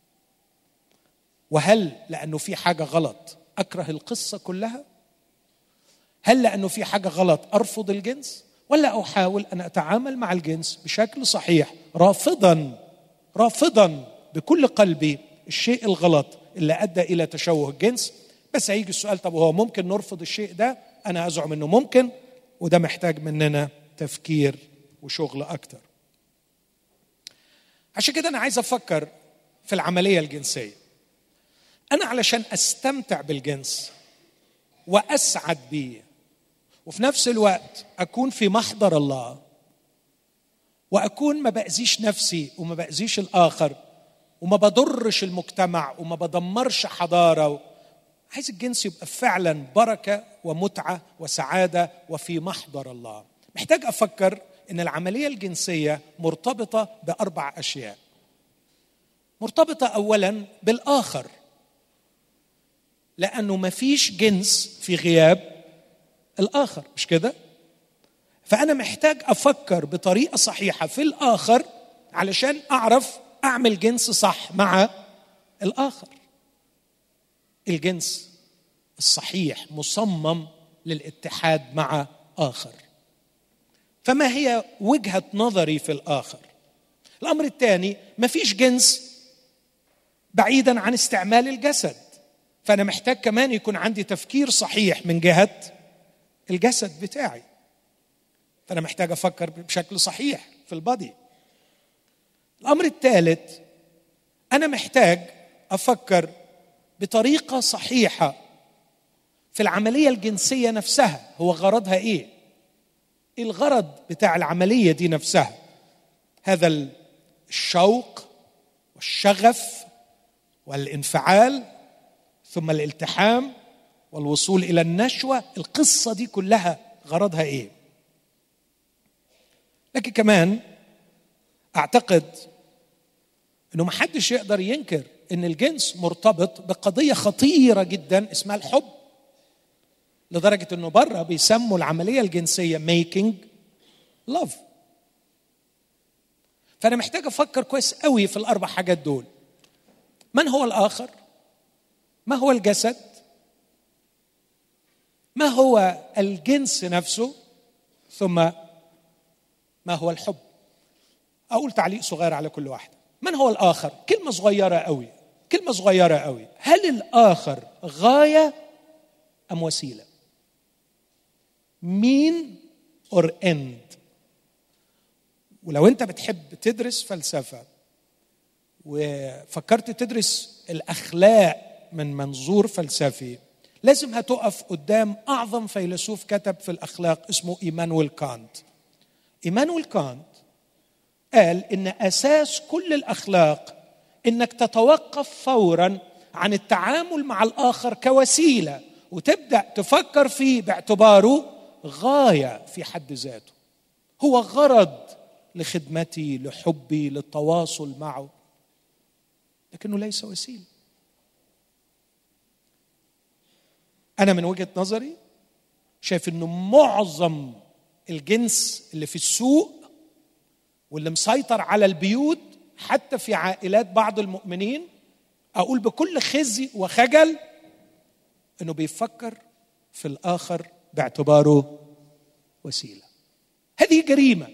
وهل لأنه في حاجة غلط أكره القصة كلها؟ هل لأنه في حاجة غلط أرفض الجنس؟ ولا أحاول أن أتعامل مع الجنس بشكل صحيح، رافضاً بكل قلبي الشيء الغلط اللي أدى إلى تشوه الجنس؟ بس هيجي السؤال، طب هو ممكن نرفض الشيء ده؟ أنا أزعم أنه ممكن، وده محتاج مننا تفكير وشغل أكتر. عشان كده أنا عايز أفكر في العملية الجنسية. أنا علشان أستمتع بالجنس وأسعد بيه، وفي نفس الوقت أكون في محضر الله، وأكون ما بأذيش نفسي وما بأذيش الآخر وما بضرش المجتمع وما بدمرش حضارة، عايز الجنس يبقى فعلا بركة ومتعة وسعادة وفي محضر الله. محتاج أفكر إن العملية الجنسية مرتبطة بأربع أشياء. مرتبطة أولا بالآخر، لأنه ما فيش جنس في غياب الآخر، مش كده؟ فأنا محتاج أفكر بطريقة صحيحة في الآخر علشان أعرف أعمل جنس صح مع الآخر. الجنس الصحيح مصمم للاتحاد مع آخر. فما هي وجهة نظري في الآخر؟ الأمر الثاني، مفيش جنس بعيدا عن استعمال الجسد، فأنا محتاج كمان يكون عندي تفكير صحيح من جهة الجسد بتاعي، فأنا محتاج أفكر بشكل صحيح في البادي. الأمر الثالث، أنا محتاج أفكر بطريقة صحيحة في العملية الجنسية نفسها. هو غرضها إيه؟ الغرض بتاع العملية دي نفسها هذا الشوق والشغف والانفعال ثم الالتحام والوصول إلى النشوة. القصة دي كلها غرضها إيه؟ لكن كمان أعتقد أنه محدش يقدر ينكر أن الجنس مرتبط بقضية خطيرة جدا اسمها الحب، لدرجة أنه بره بيسموا العملية الجنسية making love. فأنا محتاج أفكر كويس قوي في الأربع حاجات دول. من هو الآخر؟ ما هو الجسد؟ ما هو الجنس نفسه؟ ثم ما هو الحب؟ أقول تعليق صغير على كل واحدة. من هو الآخر؟ كلمة صغيرة قوي، كلمة صغيرة قوي. هل الآخر غاية أم وسيلة؟ مين or end؟ ولو أنت بتحب تدرس فلسفة وفكرت تدرس الأخلاق من منظور فلسفي، لازم هتقف قدام أعظم فيلسوف كتب في الأخلاق اسمه إيمانويل كانت. إيمانويل كانت قال إن أساس كل الأخلاق إنك تتوقف فوراً عن التعامل مع الآخر كوسيلة وتبدأ تفكر فيه باعتباره غاية في حد ذاته، هو غرض لخدمتي، لحبي، للتواصل معه، لكنه ليس وسيلة. أنا من وجهة نظري شايف إنه معظم الجنس اللي في السوق واللي مسيطر على البيوت حتى في عائلات بعض المؤمنين، أقول بكل خزي وخجل إنه بيفكر في الآخر باعتباره وسيلة. هذه جريمة،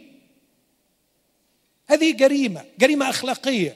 هذه جريمة أخلاقية.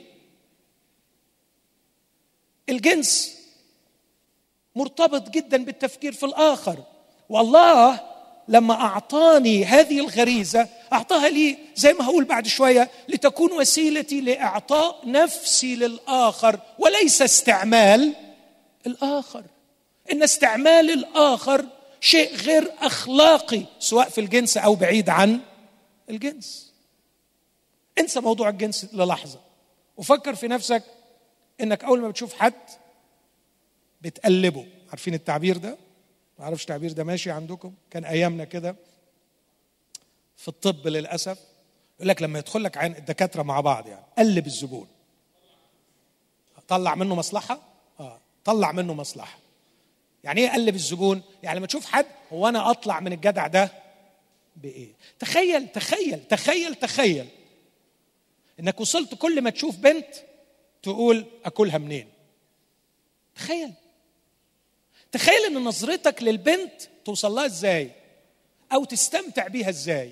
الجنس مرتبط جدا بالتفكير في الآخر، والله لما أعطاني هذه الغريزة أعطاها لي زي ما هقول بعد شوية لتكون وسيلتي لإعطاء نفسي للآخر وليس استعمال الآخر. إن استعمال الآخر شيء غير أخلاقي سواء في الجنس أو بعيد عن الجنس. انسى موضوع الجنس للحظة وفكر في نفسك إنك أول ما بتشوف حد بتقلبه. عارفين التعبير ده؟ ما أعرفش التعبير ده ماشي عندكم؟ كان أيامنا كده في الطب للأسف يقول لك لما يدخل لك عين الدكاترة مع بعض يعني قلب الزبون، طلع منه مصلحة. طلع منه مصلحة. يعني ايه قلب الزبون؟ يعني لما تشوف حد، هو انا اطلع من الجدع ده بايه؟ تخيل تخيل تخيل تخيل انك وصلت كل ما تشوف بنت تقول اكلها منين. تخيل تخيل ان نظرتك للبنت توصل لها ازاي او تستمتع بيها ازاي.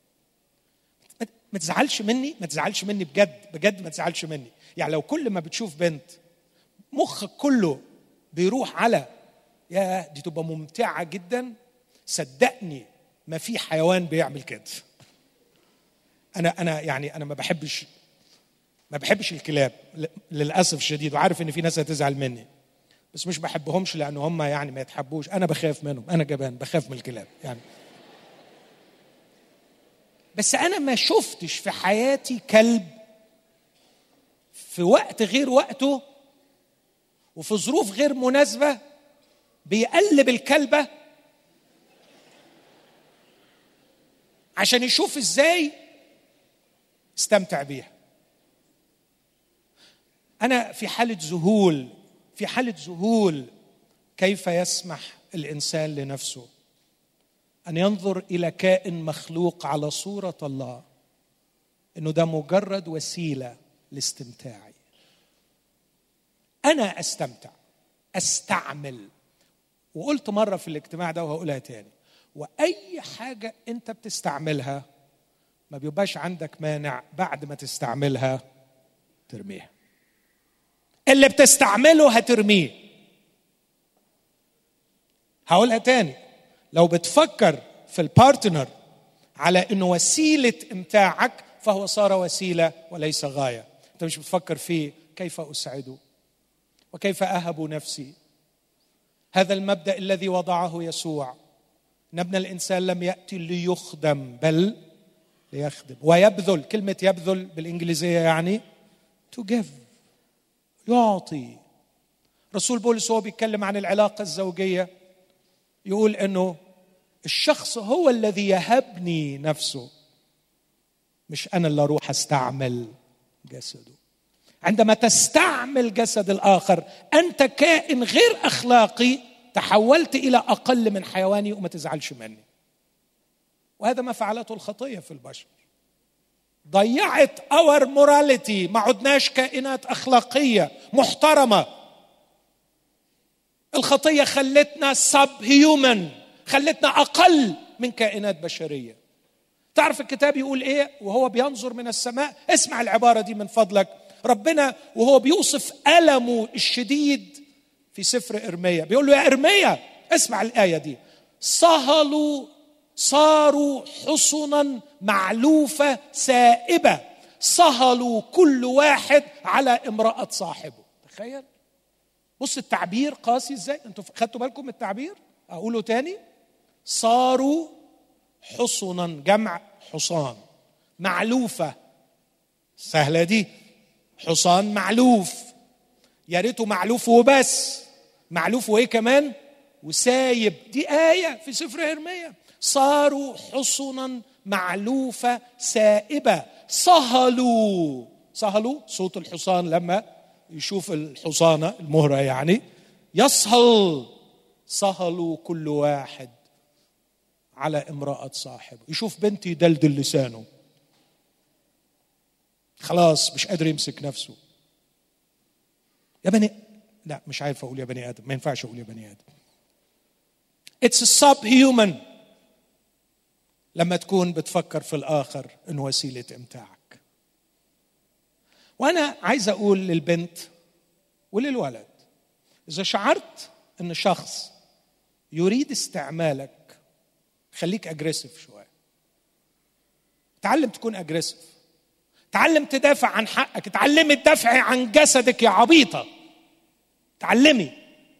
ما تزعلش مني، ما تزعلش مني بجد ما تزعلش مني. يعني لو كل ما بتشوف بنت مخك كله بيروح على يا دي تبقى ممتعة جدا، صدقني ما في حيوان بيعمل كده. أنا ما بحبش الكلاب للأسف الشديد، وعارف إن في ناس هتزعل مني، بس مش بحبهمش لأن هم يعني ما يتحبوش. أنا بخاف منهم، أنا جبان بخاف من الكلاب يعني. بس أنا ما شفتش في حياتي كلب في وقت غير وقته وفي ظروف غير مناسبة بيقلب الكلبة عشان يشوف ازاي استمتع بيها. أنا في حالة ذهول كيف يسمح الإنسان لنفسه أن ينظر إلى كائن مخلوق على صورة الله إنه ده مجرد وسيلة لاستمتاعي. أنا أستمتع، أستعمل. وقلت مرة في الاجتماع ده وهقولها تاني، وأي حاجة أنت بتستعملها ما بيبقاش عندك مانع بعد ما تستعملها ترميها. اللي بتستعمله هترميه. هقولها تاني، لو بتفكر في البارتنر على إنه وسيلة إمتاعك فهو صار وسيلة وليس غاية. أنت مش بتفكر فيه كيف أسعده وكيف أهب نفسي. هذا المبدأ الذي وضعه يسوع، إن ابن الإنسان لم يأتي ليخدم بل ليخدم ويبذل. كلمة يبذل بالإنجليزية يعني to give، يعطي. رسول بولس هو بيتكلم عن العلاقة الزوجية يقول إنه الشخص هو الذي يهبني نفسه، مش أنا اللي أروح أستعمل جسده. عندما تستعمل جسد الآخر أنت كائن غير أخلاقي، تحولت إلى أقل من حيواني، وما تزعلش مني. وهذا ما فعلته الخطية في البشر، ضيعت our morality، ما عدناش كائنات أخلاقية محترمة. الخطية خلتنا subhuman، خلتنا أقل من كائنات بشرية. تعرف الكتاب يقول إيه وهو بينظر من السماء؟ اسمع العبارة دي من فضلك. ربنا وهو بيوصف ألمه الشديد في سفر إرميا بيقول له يا إرميا، اسمع الآية دي، صاروا حصنا معلوفة سائبة، صهلوا كل واحد على امرأة صاحبه. تخيل، بص التعبير قاسي ازاي. انتوا خدتوا بالكم من التعبير؟ اقوله تاني، صاروا حصنا، جمع حصان، معلوفة، سهلة دي، حصان معلوف. يا ريته معلوف وبس، معلوف وايه كمان؟ وسايب. دي آية في سفر إرميا. صاروا حصنا معلوفة سائبة، صهلوا صوت الحصان لما يشوف الحصانة المهرة يعني يصهل، صهلوا كل واحد على امرأة صاحبه. يشوف بنتي يدلدل لسانه، خلاص مش قادر يمسك نفسه. يا بني، لا مش عارف أقول يا بني آدم، ما ينفعش أقول يا بني آدم. It's subhuman لما تكون بتفكر في الآخر إنه وسيلة إمتاعك. وأنا عايز أقول للبنت وللولد، إذا شعرت إن شخص يريد استعمالك خليك أجريسيف شوية. تعلم تكون أجريسيف، تعلم تدافع عن حقك، تعلمي تدافعي عن جسدك يا عبيطة. اتعلمي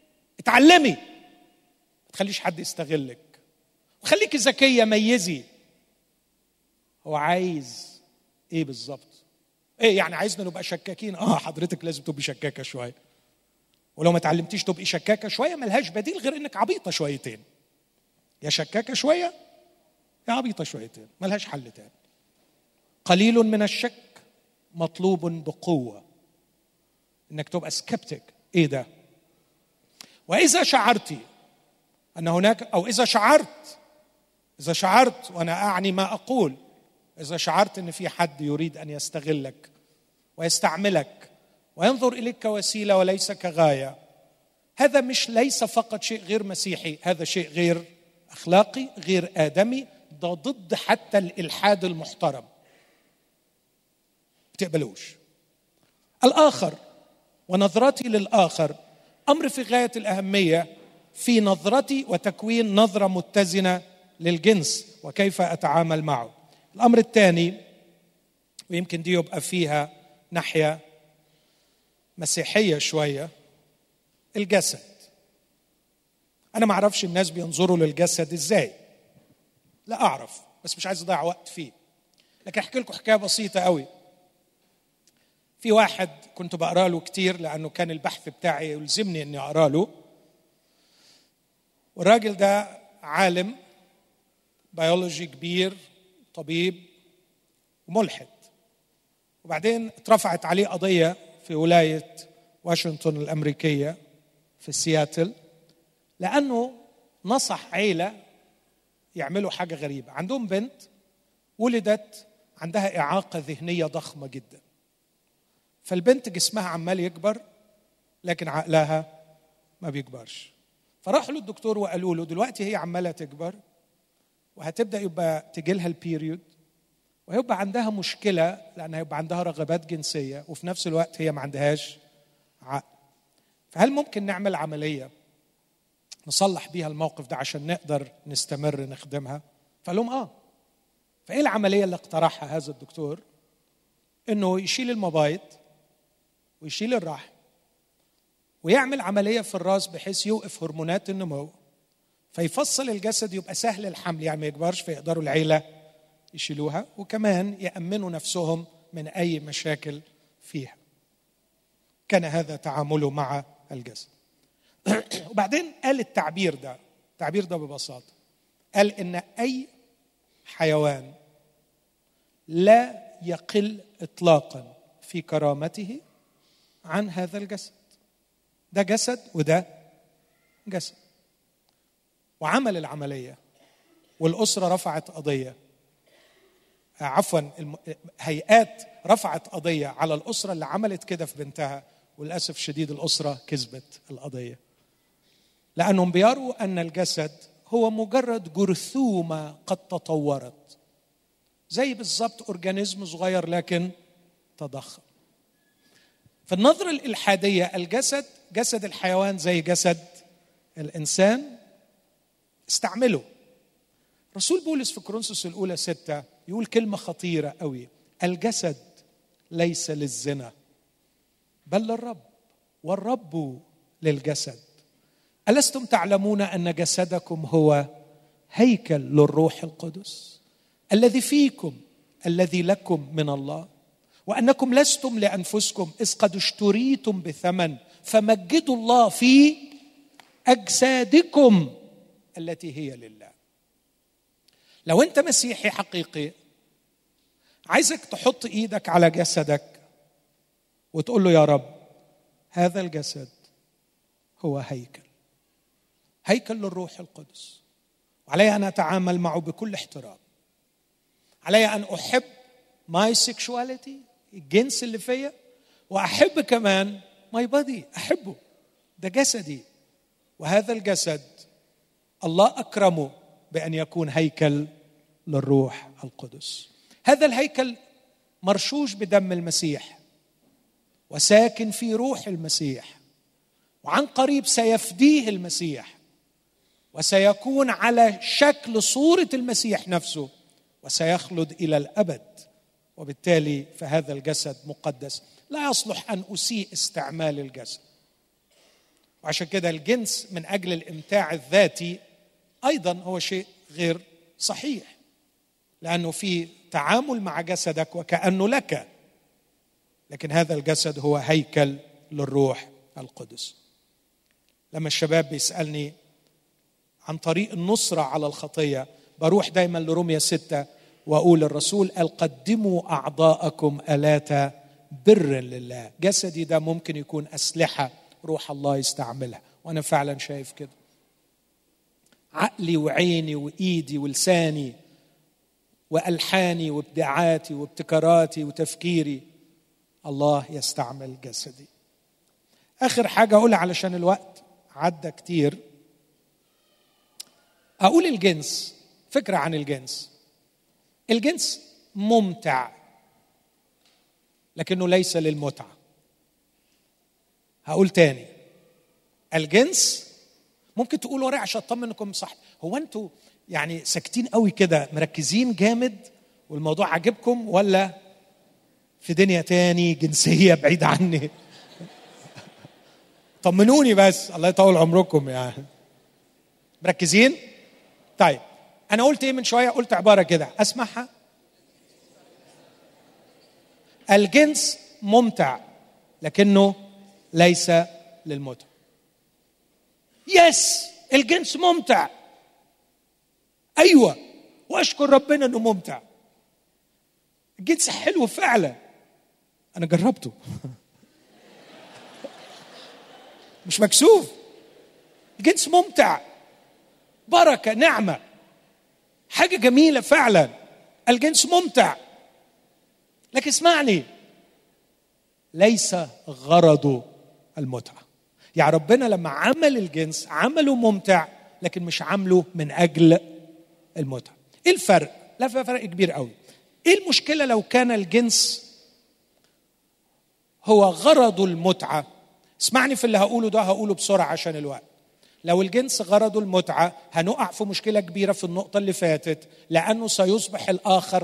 ما تخليش حد يستغلك، وخليكي ذكية، ميزي هو عايز ايه بالظبط. ايه يعني عايزنا نبقى شكاكين؟ حضرتك لازم تبقي شكاكة شوية، ولو ما تعلمتيش تبقي شكاكة شوية ملهاش بديل غير انك عبيطة شويتين. يا شكاكة شوية يا عبيطة شويتين، ملهاش حل تاني. قليل من الشك مطلوب بقوة، انك تبقى سكبتك. ايه ده؟ واذا شعرتي ان هناك، او اذا شعرت وانا اعني ما اقول، اذا شعرت ان في حد يريد ان يستغلك ويستعملك وينظر اليك كوسيله وليس كغايه، هذا ليس فقط شيء غير مسيحي، هذا شيء غير اخلاقي، غير ادمي، ده ضد حتى الالحاد المحترم. تقبلوش الآخر ونظرتي للآخر أمر في غاية الأهمية في نظرتي وتكوين نظرة متزنة للجنس وكيف أتعامل معه. الأمر الثاني، ويمكن دي يبقى فيها ناحية مسيحية شوية، الجسد. أنا ما أعرفش الناس بينظروا للجسد إزاي، لا أعرف، بس مش عايز أضيع وقت فيه. لكن أحكي لكم حكاية بسيطة قوي. في واحد كنت بقرأ له كتير لأنه كان البحث بتاعي يلزمني أني أقرأ له، والراجل ده عالم بيولوجي كبير، طبيب وملحد. وبعدين اترفعت عليه قضية في ولاية واشنطن الأمريكية في سياتل، لأنه نصح عيلة يعملوا حاجة غريبة. عندهم بنت ولدت عندها إعاقة ذهنية ضخمة جدا، فالبنت جسمها عمال يكبر لكن عقلها ما بيكبرش. فراحوا للدكتور وقالوا له دلوقتي هي عمالة تكبر وهتبدأ يبقى تجيلها البيريود وهيبقى عندها مشكلة لأن هيبقى عندها رغبات جنسية وفي نفس الوقت هي ما عندهاش عقل. فهل ممكن نعمل عملية نصلح بيها الموقف ده عشان نقدر نستمر نخدمها؟ فقال لهم فإيه العملية اللي اقترحها هذا الدكتور؟ إنه يشيل المبايض ويشيل الرحم ويعمل عملية في الراس بحيث يوقف هرمونات النمو فيفصل الجسد يبقى سهل الحمل، يعني ما يكبرش، فيقدروا العيلة يشيلوها وكمان يأمنوا نفسهم من أي مشاكل فيها. كان هذا تعامله مع الجسد. وبعدين قال التعبير ده ببساطة، قال إن أي حيوان لا يقل إطلاقا في كرامته عن هذا الجسد. ده جسد وده جسد. وعمل العملية والأسرة رفعت قضية، هيئات رفعت قضية على الأسرة اللي عملت كده في بنتها، وللأسف شديد الأسرة كسبت القضية لأنهم بيروا أن الجسد هو مجرد جرثومة قد تطورت، زي بالضبط أورجانيزم صغير لكن تضخم. في النظرة الإلحادية جسد الحيوان زي جسد الإنسان استعمله. رسول بولس في كورنثوس الأولى 6 يقول كلمة خطيرة قوي: الجسد ليس للزنا بل للرب والرب للجسد. ألستم تعلمون أن جسدكم هو هيكل للروح القدس الذي فيكم الذي لكم من الله، وأنكم لستم لأنفسكم إذ قد اشتريتم بثمن، فمجدوا الله في أجسادكم التي هي لله. لو أنت مسيحي حقيقي عايزك تحط إيدك على جسدك وتقول له: يا رب، هذا الجسد هو هيكل للروح القدس، وعلي أن أتعامل معه بكل احترام. علي أن أحب my sexuality، الجنس اللي فيا، وأحب كمان my body، أحبه، ده جسدي. وهذا الجسد الله أكرمه بأن يكون هيكل للروح القدس. هذا الهيكل مرشوش بدم المسيح وساكن في روح المسيح، وعن قريب سيفديه المسيح وسيكون على شكل صورة المسيح نفسه وسيخلد إلى الأبد. وبالتالي فهذا الجسد مقدس، لا يصلح أن أسيء استعمال الجسد. وعشان كده الجنس من أجل الإمتاع الذاتي أيضا هو شيء غير صحيح، لأنه في تعامل مع جسدك وكأنه لك، لكن هذا الجسد هو هيكل للروح القدس. لما الشباب بيسألني عن طريق النصرة على الخطية بروح دايما لرومية 6 وأقول الرسول قال: قدموا أعضاءكم آلات بر لله. جسدي ده ممكن يكون أسلحة روح الله يستعملها، وأنا فعلا شايف كده. عقلي وعيني وإيدي ولساني وألحاني وابداعاتي وابتكاراتي وتفكيري، الله يستعمل جسدي. آخر حاجة أقولها علشان الوقت عدى كتير، أقول الجنس. فكرة عن الجنس ممتع لكنه ليس للمتعة. هقول تاني، الجنس ممكن تقول وراء عشان اطمن انكم صح. هو انتوا يعني ساكتين قوي كده مركزين جامد والموضوع عجبكم، ولا في دنيا تاني جنسية بعيد عني؟ طمنوني بس، الله يطول عمركم. يعني مركزين؟ طيب أنا قلت إيه من شوية؟ قلت عبارة كده أسمعها: الجنس ممتع لكنه ليس للمتعة. الجنس ممتع، أيوة، وأشكر ربنا أنه ممتع. الجنس حلو فعلا، أنا جربته مش مكسوف. الجنس ممتع، بركة، نعمة، حاجة جميلة فعلا. الجنس ممتع، لكن اسمعني، ليس غرضه المتعة. يعني ربنا لما عمل الجنس عمله ممتع، لكن مش عمله من أجل المتعة. إيه الفرق؟ لا، في فرق كبير قوي. إيه المشكلة لو كان الجنس هو غرض المتعة؟ اسمعني في اللي هقوله ده، هقوله بسرعة عشان الوقت. لو الجنس غرضه المتعة هنقع في مشكلة كبيرة في النقطة اللي فاتت، لأنه سيصبح الآخر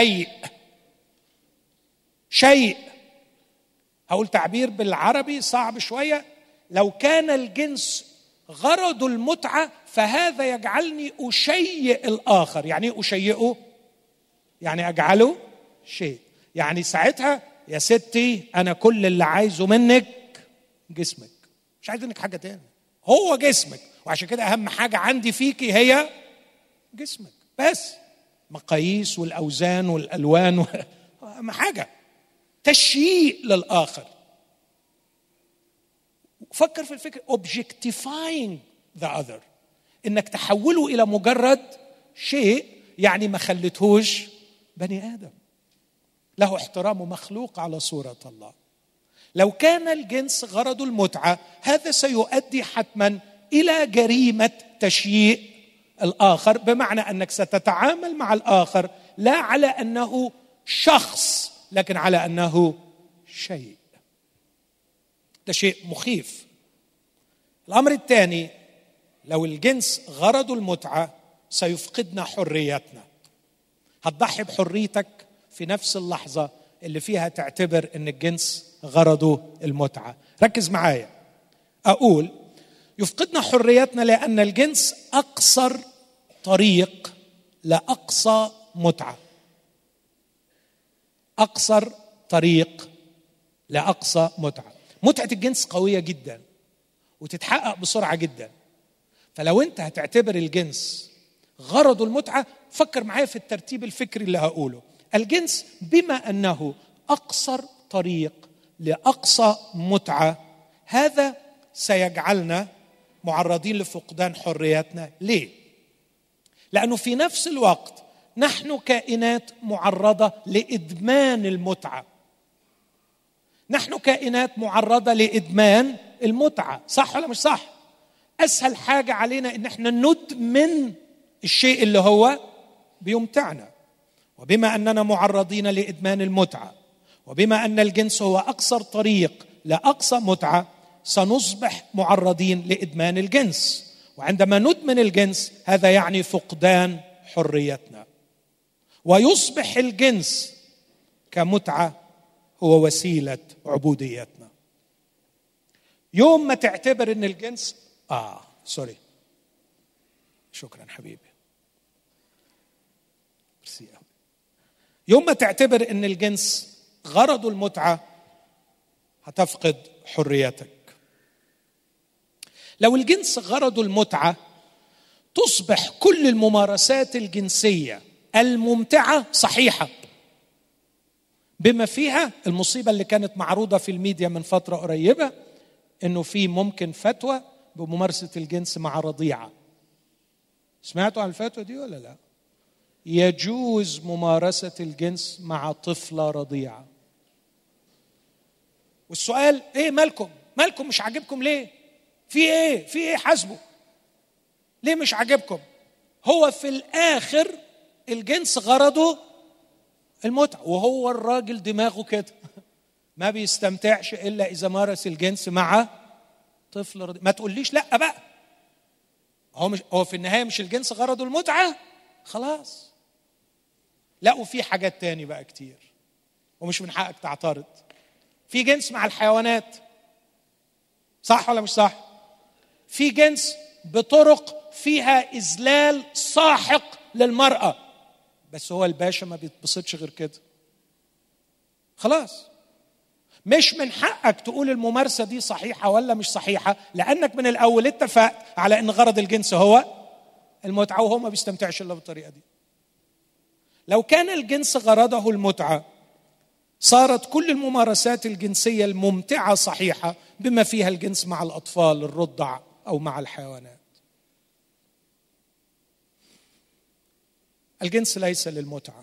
شيء. هقول تعبير بالعربي صعب شوية. لو كان الجنس غرضه المتعة فهذا يجعلني أشيء الآخر. يعني إيه أشيئه؟ يعني أجعله شيء. يعني ساعتها يا ستي أنا كل اللي عايزه منك جسمك، مش عايز منك حاجة تاني، هو جسمك. وعشان كده أهم حاجة عندي فيكي هي جسمك بس. مقاييس والأوزان والألوان أهم حاجة تشيء للآخر. فكر في الفكرة objectifying the other، إنك تحوله إلى مجرد شيء. يعني ما خلتهوش بني آدم، له احترام مخلوق على صورة الله. لو كان الجنس غرض المتعة هذا سيؤدي حتما إلى جريمة تشييء الآخر، بمعنى أنك ستتعامل مع الآخر لا على أنه شخص لكن على أنه شيء. ده شيء مخيف. الأمر الثاني، لو الجنس غرض المتعة سيفقدنا حريتنا. هتضحي بحريتك في نفس اللحظة اللي فيها تعتبر أن الجنس غرضه المتعة. ركز معايا، أقول يفقدنا حريتنا لأن الجنس أقصر طريق لأقصى متعة. أقصر طريق لأقصى متعة. متعة الجنس قوية جدا وتتحقق بسرعة جدا. فلو أنت هتعتبر الجنس غرضه المتعة، فكر معايا في الترتيب الفكري اللي هقوله. الجنس بما أنه أقصر طريق لأقصى متعة، هذا سيجعلنا معرضين لفقدان حرياتنا. ليه؟ لأنه في نفس الوقت نحن كائنات معرضة لإدمان المتعة. نحن كائنات معرضة لإدمان المتعة، صح ولا مش صح؟ أسهل حاجة علينا إن احنا ندمن الشيء اللي هو بيمتعنا. وبما أننا معرضين لإدمان المتعة، وبما أن الجنس هو أقصر طريق لأقصى متعة، سنصبح معرضين لإدمان الجنس. وعندما ندمن الجنس هذا يعني فقدان حريتنا، ويصبح الجنس كمتعة هو وسيلة عبوديتنا. يوم ما تعتبر ان الجنس شكرا حبيبي، يوم ما تعتبر ان الجنس غرض المتعة هتفقد حريتك. لو الجنس غرض المتعة تصبح كل الممارسات الجنسية الممتعة صحيحة، بما فيها المصيبة اللي كانت معروضة في الميديا من فترة قريبة، إنه في ممكن فتوى بممارسة الجنس مع رضيعة. سمعتوا عن الفتوى دي ولا لا؟ يجوز ممارسة الجنس مع طفلة رضيعة. والسؤال إيه؟ مالكم مش عاجبكم ليه؟ في إيه حاسبه؟ ليه مش عاجبكم؟ هو في الآخر الجنس غرضه المتعة، وهو الراجل دماغه كده ما بيستمتعش إلا إذا مارس الجنس مع طفل رضيع. ما تقوليش لا بقى، هو في النهاية مش الجنس غرضه المتعة خلاص. لا، وفي حاجات تاني بقى كتير ومش من حقك تعترض. في جنس مع الحيوانات، صح ولا مش صح؟ في جنس بطرق فيها إذلال ساحق للمرأة، بس هو الباشا ما بيتبسطش غير كده. خلاص، مش من حقك تقول الممارسة دي صحيحة ولا مش صحيحة، لأنك من الأول اتفقت على أن غرض الجنس هو المتعة، وهو ما بيستمتعش إلا بالطريقة دي. لو كان الجنس غرضه المتعة صارت كل الممارسات الجنسية الممتعة صحيحة، بما فيها الجنس مع الأطفال الرضع أو مع الحيوانات. الجنس ليس للمتعة،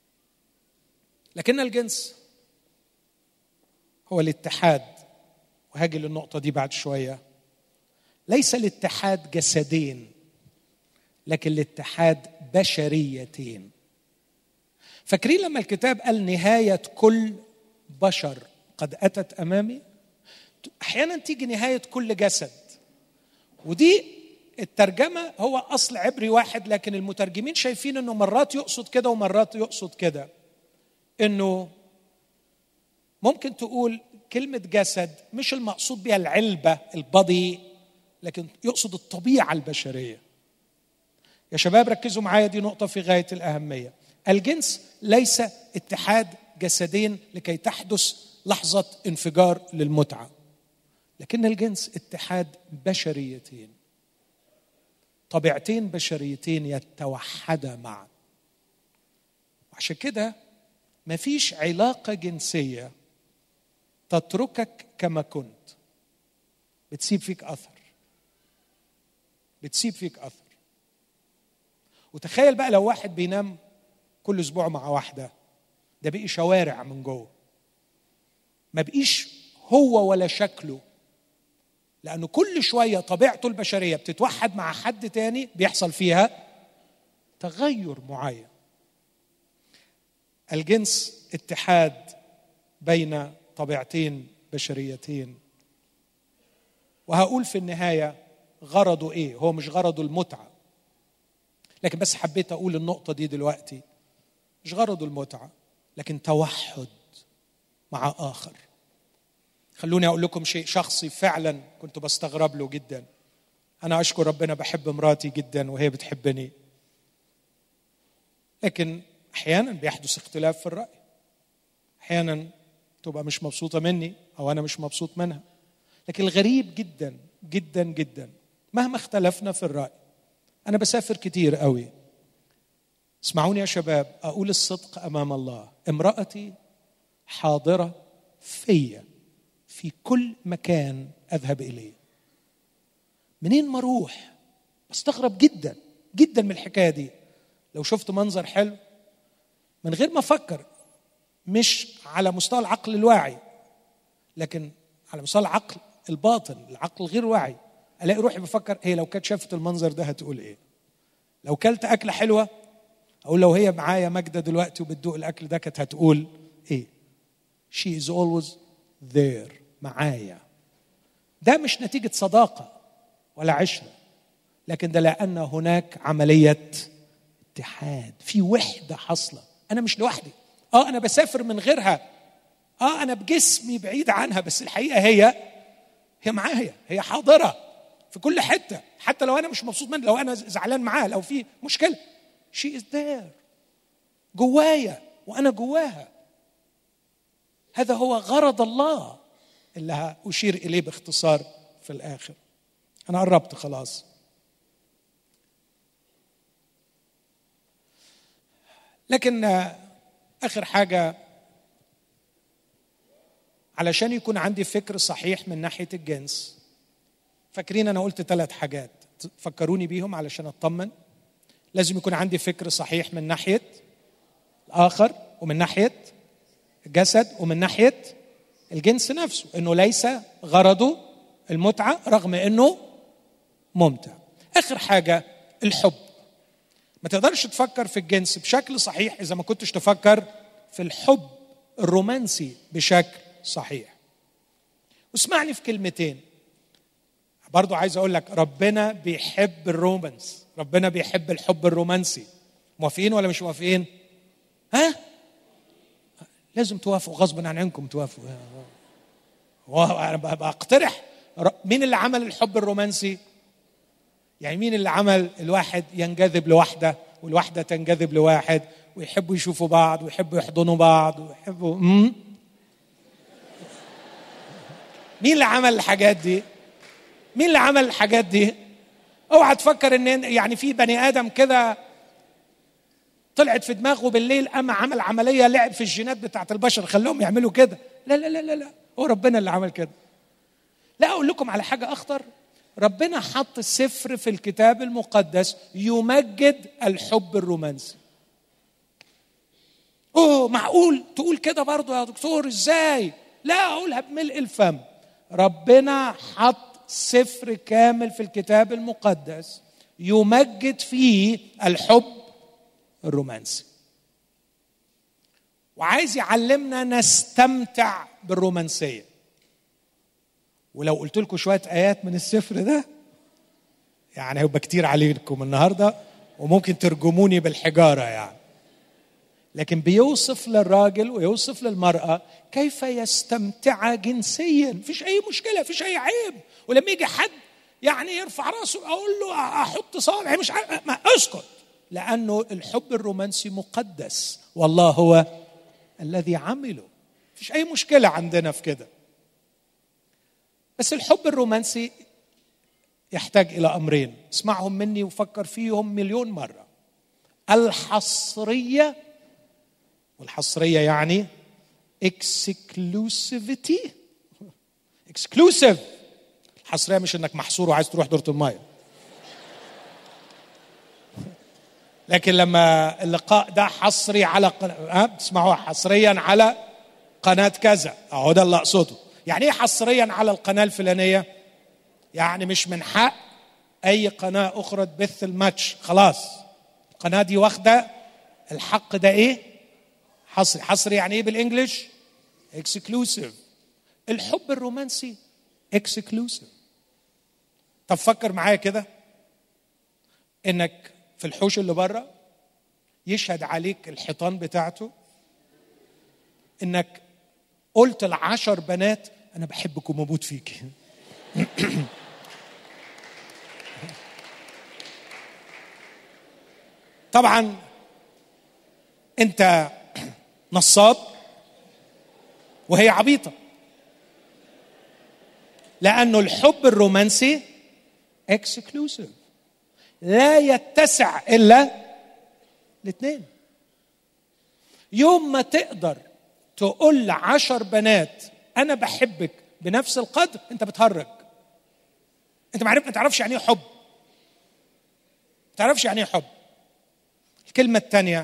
لكن الجنس هو الاتحاد وهاجي للنقطة دي بعد شوية. ليس الاتحاد جسدين، لكن الاتحاد بشريتين. فاكرين لما الكتاب قال نهاية كل بشر قد أتت أمامي؟ أحيانا تيجي نهاية كل جسد، ودي الترجمة هو أصل عبري واحد، لكن المترجمين شايفين أنه مرات يقصد كده ومرات يقصد كده. أنه ممكن تقول كلمة جسد مش المقصود بها العلبة البادي، لكن يقصد الطبيعة البشرية. يا شباب ركزوا معايا، دي نقطة في غاية الأهمية. الجنس ليس اتحاد جسدين لكي تحدث لحظة انفجار للمتعة، لكن الجنس اتحاد بشريتين، طبيعتين بشريتين يتوحدا معا. وعشان كده مفيش علاقة جنسية تتركك كما كنت، بتسيب فيك أثر، بتسيب فيك أثر. وتخيل بقى لو واحد بينام كل أسبوع مع واحدة، ده بقي شوارع من جوه، ما بقيش هو ولا شكله، لأنه كل شوية طبيعته البشرية بتتوحد مع حد تاني، بيحصل فيها تغير معين. الجنس اتحاد بين طبيعتين بشريتين. وهقول في النهاية غرضه ايه. هو مش غرضه المتعة، لكن بس حبيت اقول النقطة دي دلوقتي. مش غرضه المتعة، لكن توحد مع آخر. خلوني اقول لكم شيء شخصي فعلا كنت بستغرب له جدا. انا اشكر ربنا بحب مراتي جدا وهي بتحبني، لكن احيانا بيحدث اختلاف في الرأي، احيانا تبقى مش مبسوطة مني او انا مش مبسوط منها. لكن الغريب جدا جدا جدا مهما اختلفنا في الرأي، انا بسافر كتير قوي. اسمعوني يا شباب، اقول الصدق امام الله، امرأتي حاضرة فيا في كل مكان اذهب اليه. منين ما اروح بستغرب جدا جدا من الحكايه دي. لو شفت منظر حلو من غير ما افكر، مش على مستوى العقل الواعي لكن على مستوى العقل الباطن، العقل الغير واعي، الاقي روحي بفكر هي لو كانت شافت المنظر ده هتقول ايه. لو كلت اكله حلوه، او لو هي معايا ماجده دلوقتي وبتدوق الاكل ده كانت هتقول ايه. she is always there، معايا. ده مش نتيجه صداقه ولا عشره، لكن ده لان هناك عمليه اتحاد، في وحده حاصله. انا مش لوحدي، انا بسافر من غيرها، انا بجسمي بعيد عنها، بس الحقيقه هي معايا، هي حاضره في كل حته. حتى لو انا مش مبسوط منها، لو انا زعلان معاها، لو في مشكله، she is there، جوايا وانا جواها. هذا هو غرض الله اللي هأشير اليه باختصار في الاخر. انا قربت خلاص. لكن اخر حاجه، علشان يكون عندي فكر صحيح من ناحيه الجنس. فاكرين انا قلت 3 حاجات، فكروني بيهم علشان اطمن. لازم يكون عندي فكر صحيح من ناحيه الاخر، ومن ناحيه الجسد، ومن ناحيه الجنس نفسه، انه ليس غرضه المتعه رغم انه ممتع. اخر حاجه الحب. ما تقدرش تفكر في الجنس بشكل صحيح اذا ما كنتش تفكر في الحب الرومانسي بشكل صحيح. واسمعني في كلمتين برضو عايز اقول لك، ربنا بيحب الرومانس، ربنا بيحب الحب الرومانسي. موافقين ولا مش موافقين؟ لازم توافقوا غصبا عنكم، توافقوا. انا بقترح، مين اللي عمل الحب الرومانسي؟ يعني مين اللي عمل الواحد ينجذب لواحده والواحده تنجذب لواحد ويحبوا يشوفوا بعض ويحبوا يحضنوا بعض ويحبوا مين اللي عمل الحاجات دي؟ مين اللي عمل الحاجات دي؟ اوعى تفكر ان يعني في بني ادم كده طلعت في دماغه بالليل اما عمل عمليه لعب في الجينات بتاعت البشر خلوهم يعملوا كده. لا لا لا لا، هو ربنا اللي عمل كده. لا، اقول لكم على حاجه اخطر. ربنا حط سفر في الكتاب المقدس يمجد الحب الرومانسي. معقول تقول كده برضو يا دكتور؟ ازاي؟ لا، اقولها بملء الفم. ربنا حط سفر كامل في الكتاب المقدس يمجد فيه الحب الرومانسي، وعايز يعلمنا نستمتع بالرومانسية. ولو قلت لكم شوية آيات من السفر ده يعني هيبقى كتير عليكم النهاردة، وممكن ترجموني بالحجارة يعني. لكن بيوصف للراجل ويوصف للمرأة كيف يستمتع جنسيا. مفيش أي مشكلة، مفيش أي عيب. ولما يجي حد يعني يرفع راسه أقول له أحط صابعي مش عارف، ما أسكت، لأنه الحب الرومانسي مقدس والله هو الذي عمله. مفيش أي مشكلة عندنا في كده. بس الحب الرومانسي يحتاج إلى أمرين، اسمعهم مني وفكر فيهم مليون مرة. الحصرية، والحصرية يعني exclusivity. exclusive. الحصرية مش انك محصور وعايز تروح دورة المية، لكن لما اللقاء ده حصري على بتسمعوها حصريا على قناة كذا، اهو ده اللي اقصده. يعني ايه حصريا على القناة الفلانية؟ يعني مش من حق اي قناة اخرى تبث الماتش، خلاص القناة دي واخدة الحق ده. ايه حصري؟ حصري يعني ايه بالانجليش؟ exclusive. الحب الرومانسي exclusive. طب فكر معايا كده، انك في الحوش اللي بره يشهد عليك الحيطان بتاعته انك قلت ل10 بنات انا بحبك ومبوت فيكي. طبعا انت نصاب وهي عبيطة، لأنه الحب الرومانسي exclusive، لا يتسع إلا الاثنين. يوم ما تقدر تقول ل10 بنات أنا بحبك بنفس القدر، أنت بتهرج. أنت ما تعرفش يعني إيه حب، ما تعرفش يعني إيه حب. الكلمة الثانية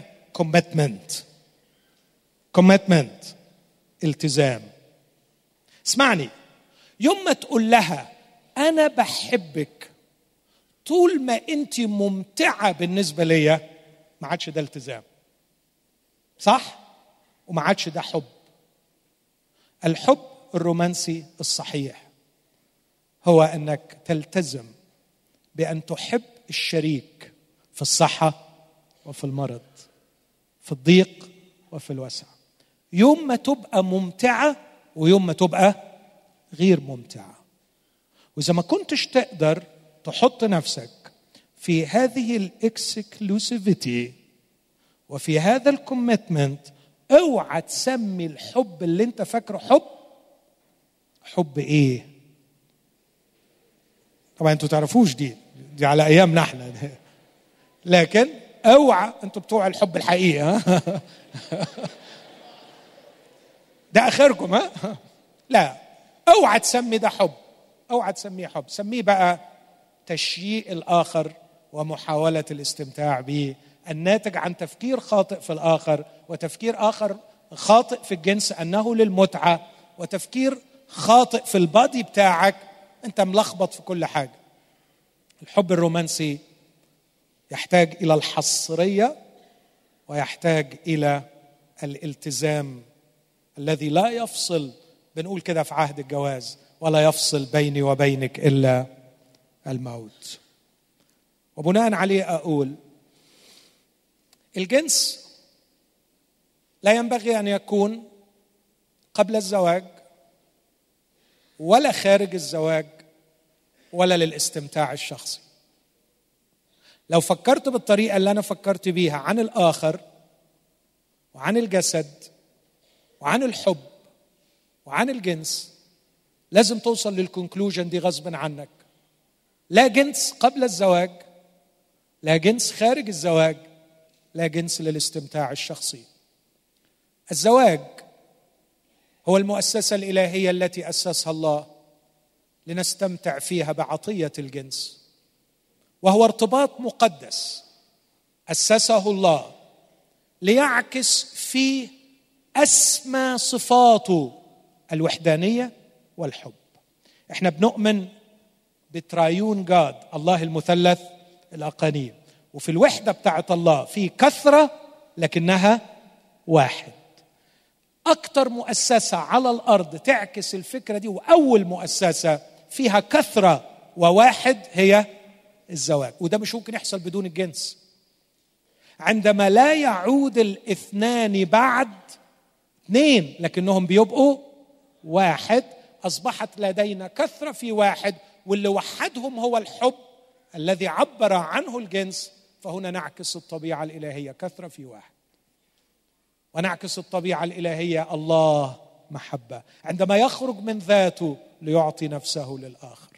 commitment، التزام. اسمعني، يوم ما تقول لها أنا بحبك طول ما أنت ممتعة بالنسبة ليا، ما عادش ده التزام، صح؟ وما عادش ده حب. الحب الرومانسي الصحيح هو أنك تلتزم بأن تحب الشريك في الصحة وفي المرض، في الضيق وفي الوسع، يوم ما تبقى ممتعة ويوم ما تبقى غير ممتعة. وإذا ما كنتش تقدر تحط نفسك في هذه الاكسكلوسيفيتي وفي هذا الكوميتمنت، اوعى تسمي الحب اللي انت فاكره حب ايه. طبعا انتوا تعرفوش دي على ايامنا احنا، لكن اوعى انتوا بتوع الحب الحقيقي ده اخركم لا، اوعى تسمي ده حب، اوعى تسميه حب. سميه بقى تشييء الاخر ومحاولة الاستمتاع به، الناتج عن تفكير خاطئ في الآخر، وتفكير آخر خاطئ في الجنس أنه للمتعة، وتفكير خاطئ في البادي بتاعك. أنت ملخبط في كل حاجة. الحب الرومانسي يحتاج إلى الحصرية ويحتاج إلى الالتزام الذي لا يفصل، بنقول كده في عهد الجواز، ولا يفصل بيني وبينك إلا الموت. وبناء عليه أقول الجنس لا ينبغي أن يكون قبل الزواج ولا خارج الزواج ولا للاستمتاع الشخصي. لو فكرت بالطريقة اللي أنا فكرت بيها عن الآخر وعن الجسد وعن الحب وعن الجنس، لازم توصل للكونكلوجن دي غصبا عنك. لا جنس قبل الزواج، لا جنس خارج الزواج، لا جنس للاستمتاع الشخصي. الزواج هو المؤسسة الإلهية التي أسسها الله لنستمتع فيها بعطية الجنس، وهو ارتباط مقدس أسسه الله ليعكس فيه أسمى صفاته الوحدانية والحب. احنا بنؤمن بترايون جاد، الله المثلث الأقانيم، وفي الوحدة بتاعت الله في كثرة لكنها واحد. أكتر مؤسسة على الأرض تعكس الفكرة دي، وأول مؤسسة فيها كثرة وواحد هي الزواج، وده مش ممكن يحصل بدون الجنس. عندما لا يعود الاثنان بعد اثنين لكنهم بيبقوا واحد، أصبحت لدينا كثرة في واحد، واللي وحدهم هو الحب الذي عبر عنه الجنس. فهنا نعكس الطبيعة الإلهية، كثرة في واحد، ونعكس الطبيعة الإلهية الله محبة عندما يخرج من ذاته ليعطي نفسه للآخر.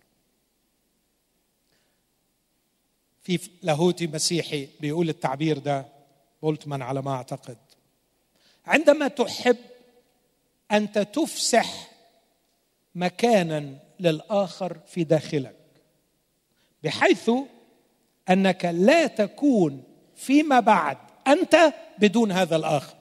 في لاهوتي مسيحي بيقول التعبير ده، بولتمان على ما أعتقد، عندما تحب أنت تفسح مكانا للآخر في داخلك، بحيث أنك لا تكون فيما بعد أنت بدون هذا الآخر.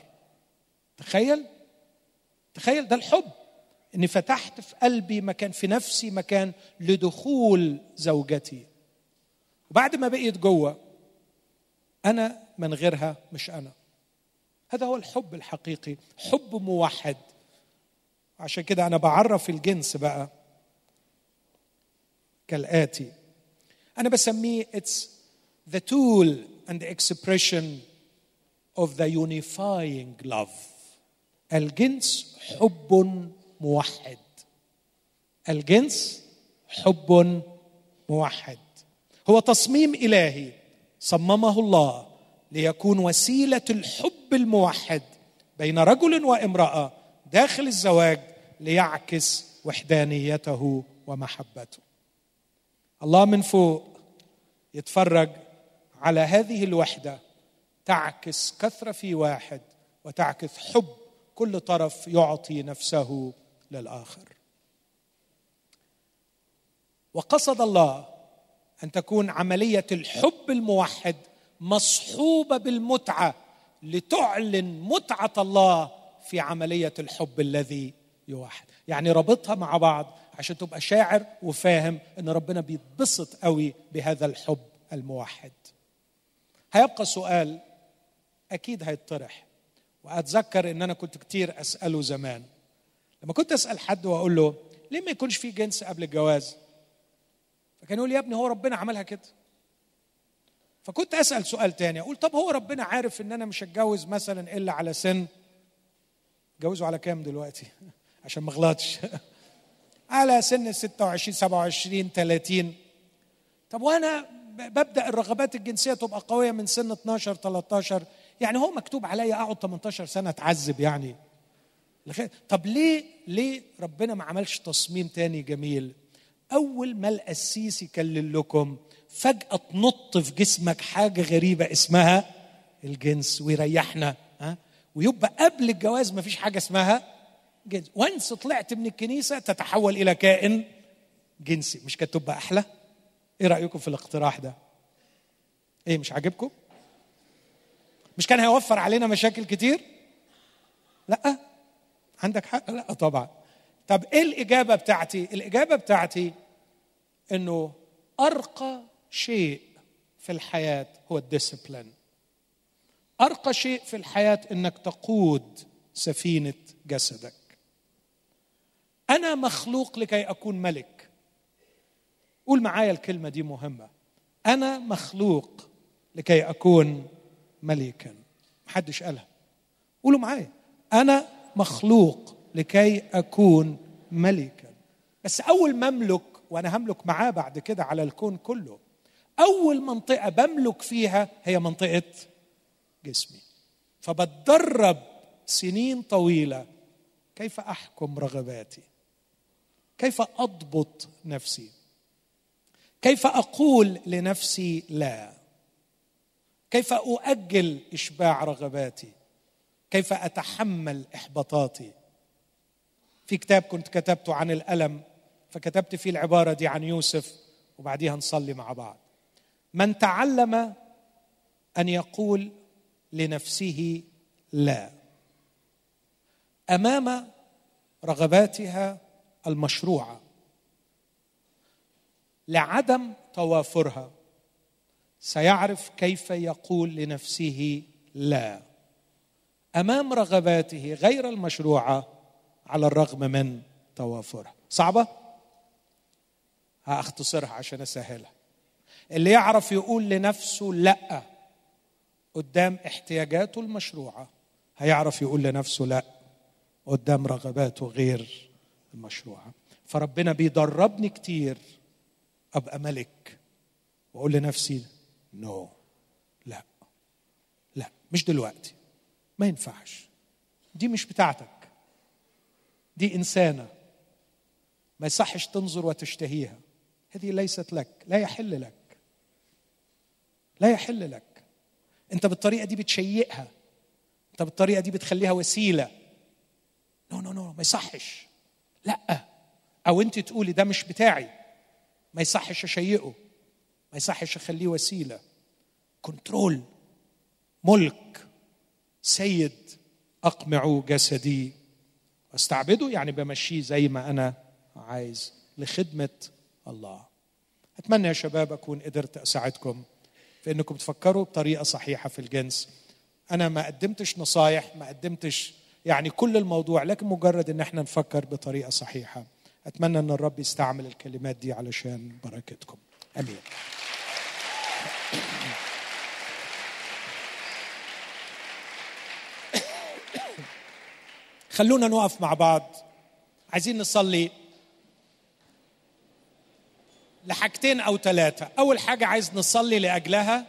تخيل ده الحب، أني فتحت في قلبي مكان، في نفسي مكان لدخول زوجتي، وبعد ما بقيت جوه أنا من غيرها مش أنا. هذا هو الحب الحقيقي، حب موحد. عشان كده أنا بعرف الجنس بقى كالآتي، أنا بسميه it's the tool and the expression of the unifying love. الجنس حب موحد، الجنس حب موحد، هو تصميم إلهي صممه الله ليكون وسيلة الحب الموحد بين رجل وامرأة داخل الزواج، ليعكس وحدانيته ومحبته. الله من فوق يتفرج على هذه الوحدة، تعكس كثرة في واحد، وتعكس حب كل طرف يعطي نفسه للآخر. وقصد الله أن تكون عملية الحب الموحد مصحوبة بالمتعة، لتعلن متعة الله في عملية الحب الذي يوحد. يعني ربطها مع بعض عشان تبقى شاعر وفاهم أن ربنا بيتبسط قوي بهذا الحب الموحد. هيبقى سؤال أكيد هيتطرح، وأتذكر أن أنا كنت كتير أسأله زمان، لما كنت أسأل حد وأقول له ليه ما يكونش في جنس قبل الجواز؟ فكان يقول لي يا ابني هو ربنا عملها كده. فكنت أسأل سؤال تاني، أقول طب هو ربنا عارف أن أنا مش هتجوز مثلا إلا على سن، جوزوا على كام دلوقتي عشان ما اغلطش على سن 26 27 30. طب وانا ببدأ الرغبات الجنسية تبقى قوية من سن 12 13، يعني هو مكتوب عليا اقعد 18 سنة اتعذب يعني؟ طب ليه ربنا ما عملش تصميم تاني جميل؟ اول ما القسيس يكلل لكم فجأة تنط في جسمك حاجة غريبة اسمها الجنس ويريحنا، ويبقى قبل الجواز ما فيش حاجة اسمها جنس، وانس طلعت من الكنيسة تتحول إلى كائن جنسي. مش كانت تبقى أحلى؟ إيه رأيكم في الاقتراح ده؟ إيه مش عاجبكم؟ مش كان هيوفر علينا مشاكل كتير؟ لا عندك حق، لا طبعا. طب إيه الإجابة بتاعتي؟ الإجابة بتاعتي إنه أرقى شيء في الحياة هو الديسيبلين. أرقى شيء في الحياة إنك تقود سفينة جسدك. أنا مخلوق لكي أكون ملك. قول معايا الكلمة دي مهمة، أنا مخلوق لكي أكون ملكا. محدش قالها، قولوا معايا، أنا مخلوق لكي أكون ملكا. بس أول ما أملك، وأنا هملك معاه بعد كده على الكون كله، أول منطقة بملك فيها هي منطقة جسمي. فبتدرب سنين طويلة كيف أحكم رغباتي، كيف أضبط نفسي، كيف أقول لنفسي لا، كيف أؤجل إشباع رغباتي، كيف أتحمل إحباطاتي. في كتاب كنت كتبته عن الألم، فكتبت فيه العبارة دي عن يوسف، وبعديها نصلي مع بعض. من تعلم أن يقول لنفسه لا أمام رغباتها المشروعة، لعدم توافرها سيعرف كيف يقول لنفسه لا أمام رغباته غير المشروعة على الرغم من توافرها. صعبة؟ هأختصرها عشان أسهلها. اللي يعرف يقول لنفسه لا قدام احتياجاته المشروعة هيعرف يقول لنفسه لا قدام رغباته غير المشروعة. فربنا بيدربني كتير أبقى ملك وأقول لنفسي نو، لا مش دلوقتي، ما ينفعش، دي مش بتاعتك، دي إنسانة ما يصحش تنظر وتشتهيها، هذه ليست لك، لا يحل لك. أنت بالطريقة دي بتشيئها، أنت بالطريقة دي بتخليها وسيلة. نو ما يصحش، لا. أو أنت تقولي ده مش بتاعي، ما يصحش أشيئه، ما يصحش أخليه وسيلة. كنترول، ملك، سيد أقمع جسدي واستعبده، يعني بمشيه زي ما أنا عايز لخدمة الله. أتمنى يا شباب أكون قدرت أساعدكم في أنكم تفكروا بطريقة صحيحة في الجنس. أنا ما قدمتش نصايح، ما قدمتش يعني كل الموضوع، لكن مجرد أن احنا نفكر بطريقة صحيحة. أتمنى أن الرب يستعمل الكلمات دي علشان بركتكم. آمين. خلونا نقف مع بعض. عايزين نصلي لحاجتين أو ثلاثة. أول حاجة عايز نصلي لأجلها،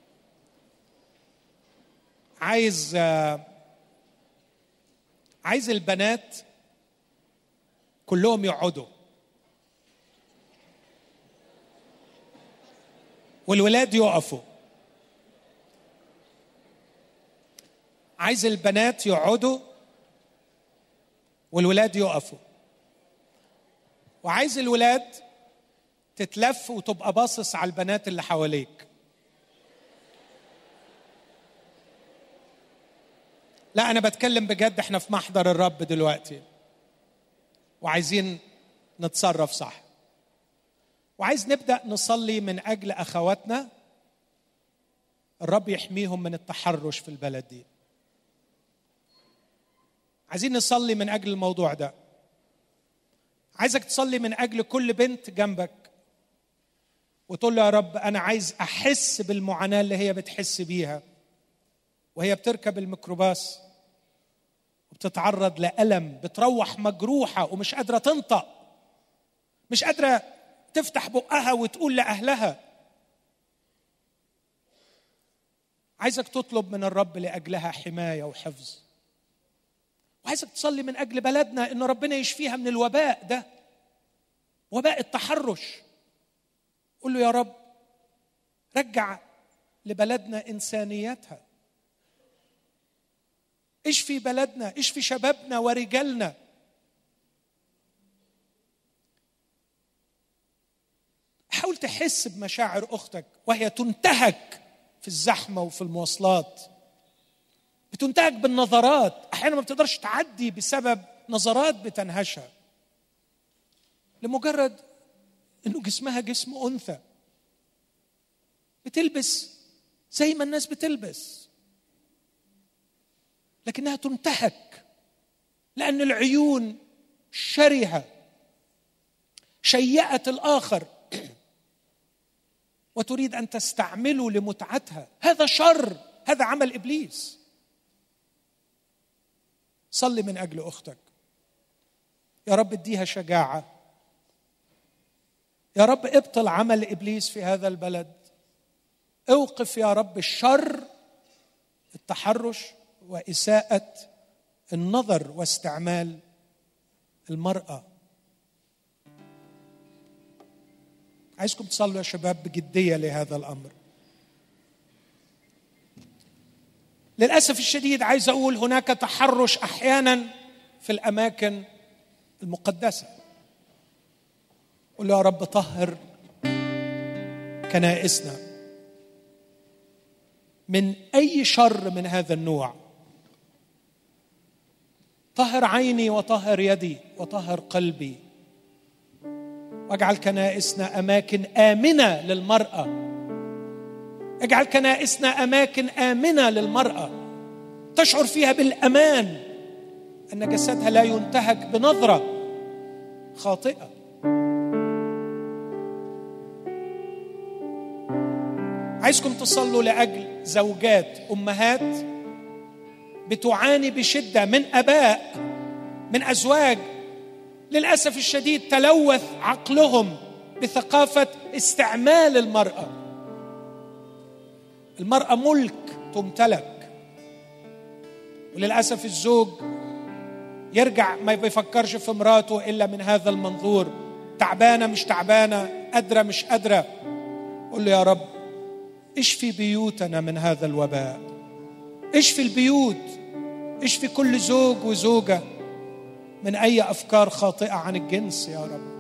عايز البنات كلهم يقعدوا والولاد يقفوا. عايز البنات يقعدوا والولاد يقفوا، وعايز الولاد تتلف وتبقى باصص على البنات اللي حواليك. لا أنا بتكلم بجد، احنا في محضر الرب دلوقتي وعايزين نتصرف صح. وعايز نبدأ نصلي من أجل أخواتنا الرب يحميهم من التحرش في البلد دي. عايزين نصلي من أجل الموضوع ده. عايزك تصلي من أجل كل بنت جنبك وتقول له يا رب أنا عايز أحس بالمعاناة اللي هي بتحس بيها وهي بتركب الميكروباص وبتتعرض لألم، بتروح مجروحة ومش قادرة تنطق، مش قادرة تفتح بقها وتقول لأهلها. عايزك تطلب من الرب لأجلها حماية وحفظ. وعايزك تصلي من أجل بلدنا إن ربنا يشفيها من الوباء ده، وباء التحرش. قل له يا رب رجع لبلدنا إنسانيتها، اشفي بلدنا، اشفي شبابنا ورجالنا. حاول تحس بمشاعر أختك وهي تنتهك في الزحمة وفي المواصلات، بتنتهك بالنظرات، أحيانا ما بتقدرش تعدي بسبب نظرات بتنهشها لمجرد إنه جسمها جسم أنثى، بتلبس زي ما الناس بتلبس، لكنها تنتهك لأن العيون شرهة شيئت الآخر وتريد أن تستعمله لمتعتها. هذا شر، هذا عمل إبليس. صلي من أجل أختك، يا رب اديها شجاعة، يا رب ابطل عمل إبليس في هذا البلد، اوقف يا رب الشر، التحرش وإساءة النظر واستعمال المرأة. عايزكم تصلوا يا شباب بجدية لهذا الأمر. للأسف الشديد عايز أقول هناك تحرش أحيانا في الأماكن المقدسة. قل يا رب طهر كنائسنا من أي شر من هذا النوع. طهر عيني وطهر يدي وطهر قلبي واجعل كنائسنا أماكن آمنة للمرأة. اجعل كنائسنا أماكن آمنة للمرأة تشعر فيها بالأمان أن جسدها لا ينتهك بنظرة خاطئة. عايزكم تصلوا لأجل زوجات، أمهات بتعاني بشدة من آباء، من أزواج للأسف الشديد تلوث عقلهم بثقافة استعمال المرأة. المرأة ملك تمتلك، وللأسف الزوج يرجع ما بيفكرش في مراته إلا من هذا المنظور، تعبانة مش تعبانة، قادرة مش قادرة. قل له يا رب اشفي بيوتنا من هذا الوباء، اشفي البيوت، اشفي كل زوج وزوجة من أي أفكار خاطئة عن الجنس يا رب.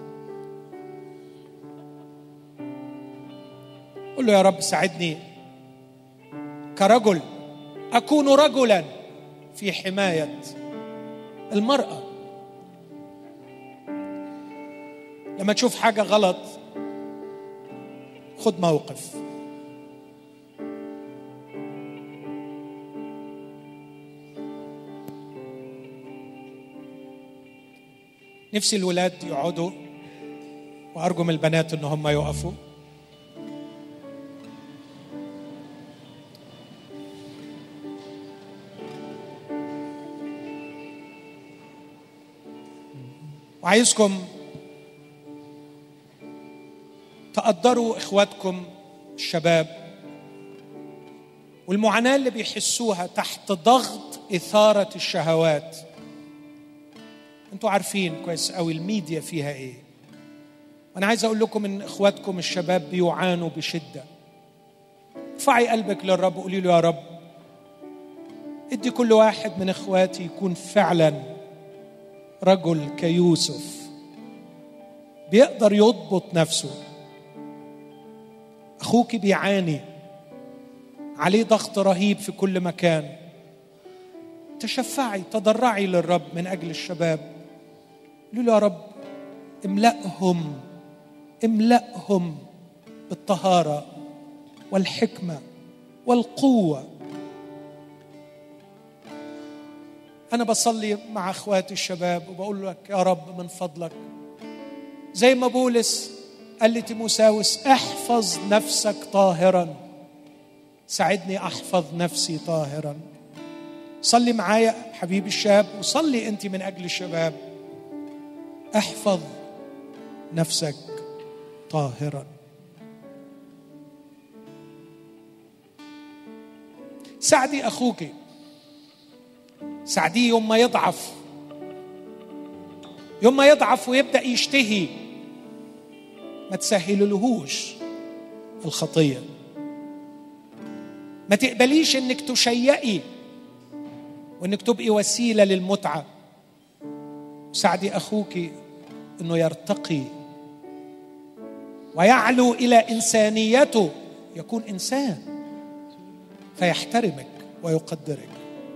قل له يا رب ساعدني كرجل أكون رجلا في حماية المرأة. لما تشوف حاجة غلط خد موقف. نفسي الولاد يقعدوا، وأرجو من البنات إن هم يقفوا. وعايزكم تقدروا إخواتكم الشباب والمعاناة اللي بيحسوها تحت ضغط إثارة الشهوات. انتوا عارفين كويس قوي الميديا فيها ايه. وانا عايز اقول لكم ان اخواتكم الشباب بيعانوا بشدة. ارفعي قلبك للرب وقولي له يا رب ادي كل واحد من اخواتي يكون فعلا رجل كيوسف بيقدر يضبط نفسه. اخوك بيعاني، عليه ضغط رهيب في كل مكان. تشفعي، تضرعي للرب من اجل الشباب. قولي له يا رب املأهم بالطهارة والحكمة والقوة. أنا بصلي مع أخواتي الشباب وبقول لك يا رب من فضلك زي ما بولس قال لتيموثاوس احفظ نفسك طاهرا، ساعدني أحفظ نفسي طاهرا. صلي معايا حبيبي الشاب، وصلي أنت من أجل الشباب. احفظ نفسك طاهرا. ساعدي أخوك، ساعديه يوم ما يضعف، يوم ما يضعف ويبدأ يشتهي ما تسهللهوش الخطية. ما تقبليش انك تشيئي وانك تبقي وسيلة للمتعة. ساعدي أخوك انه يرتقي ويعلو إلى إنسانيته، يكون إنسان فيحترمك ويقدرك.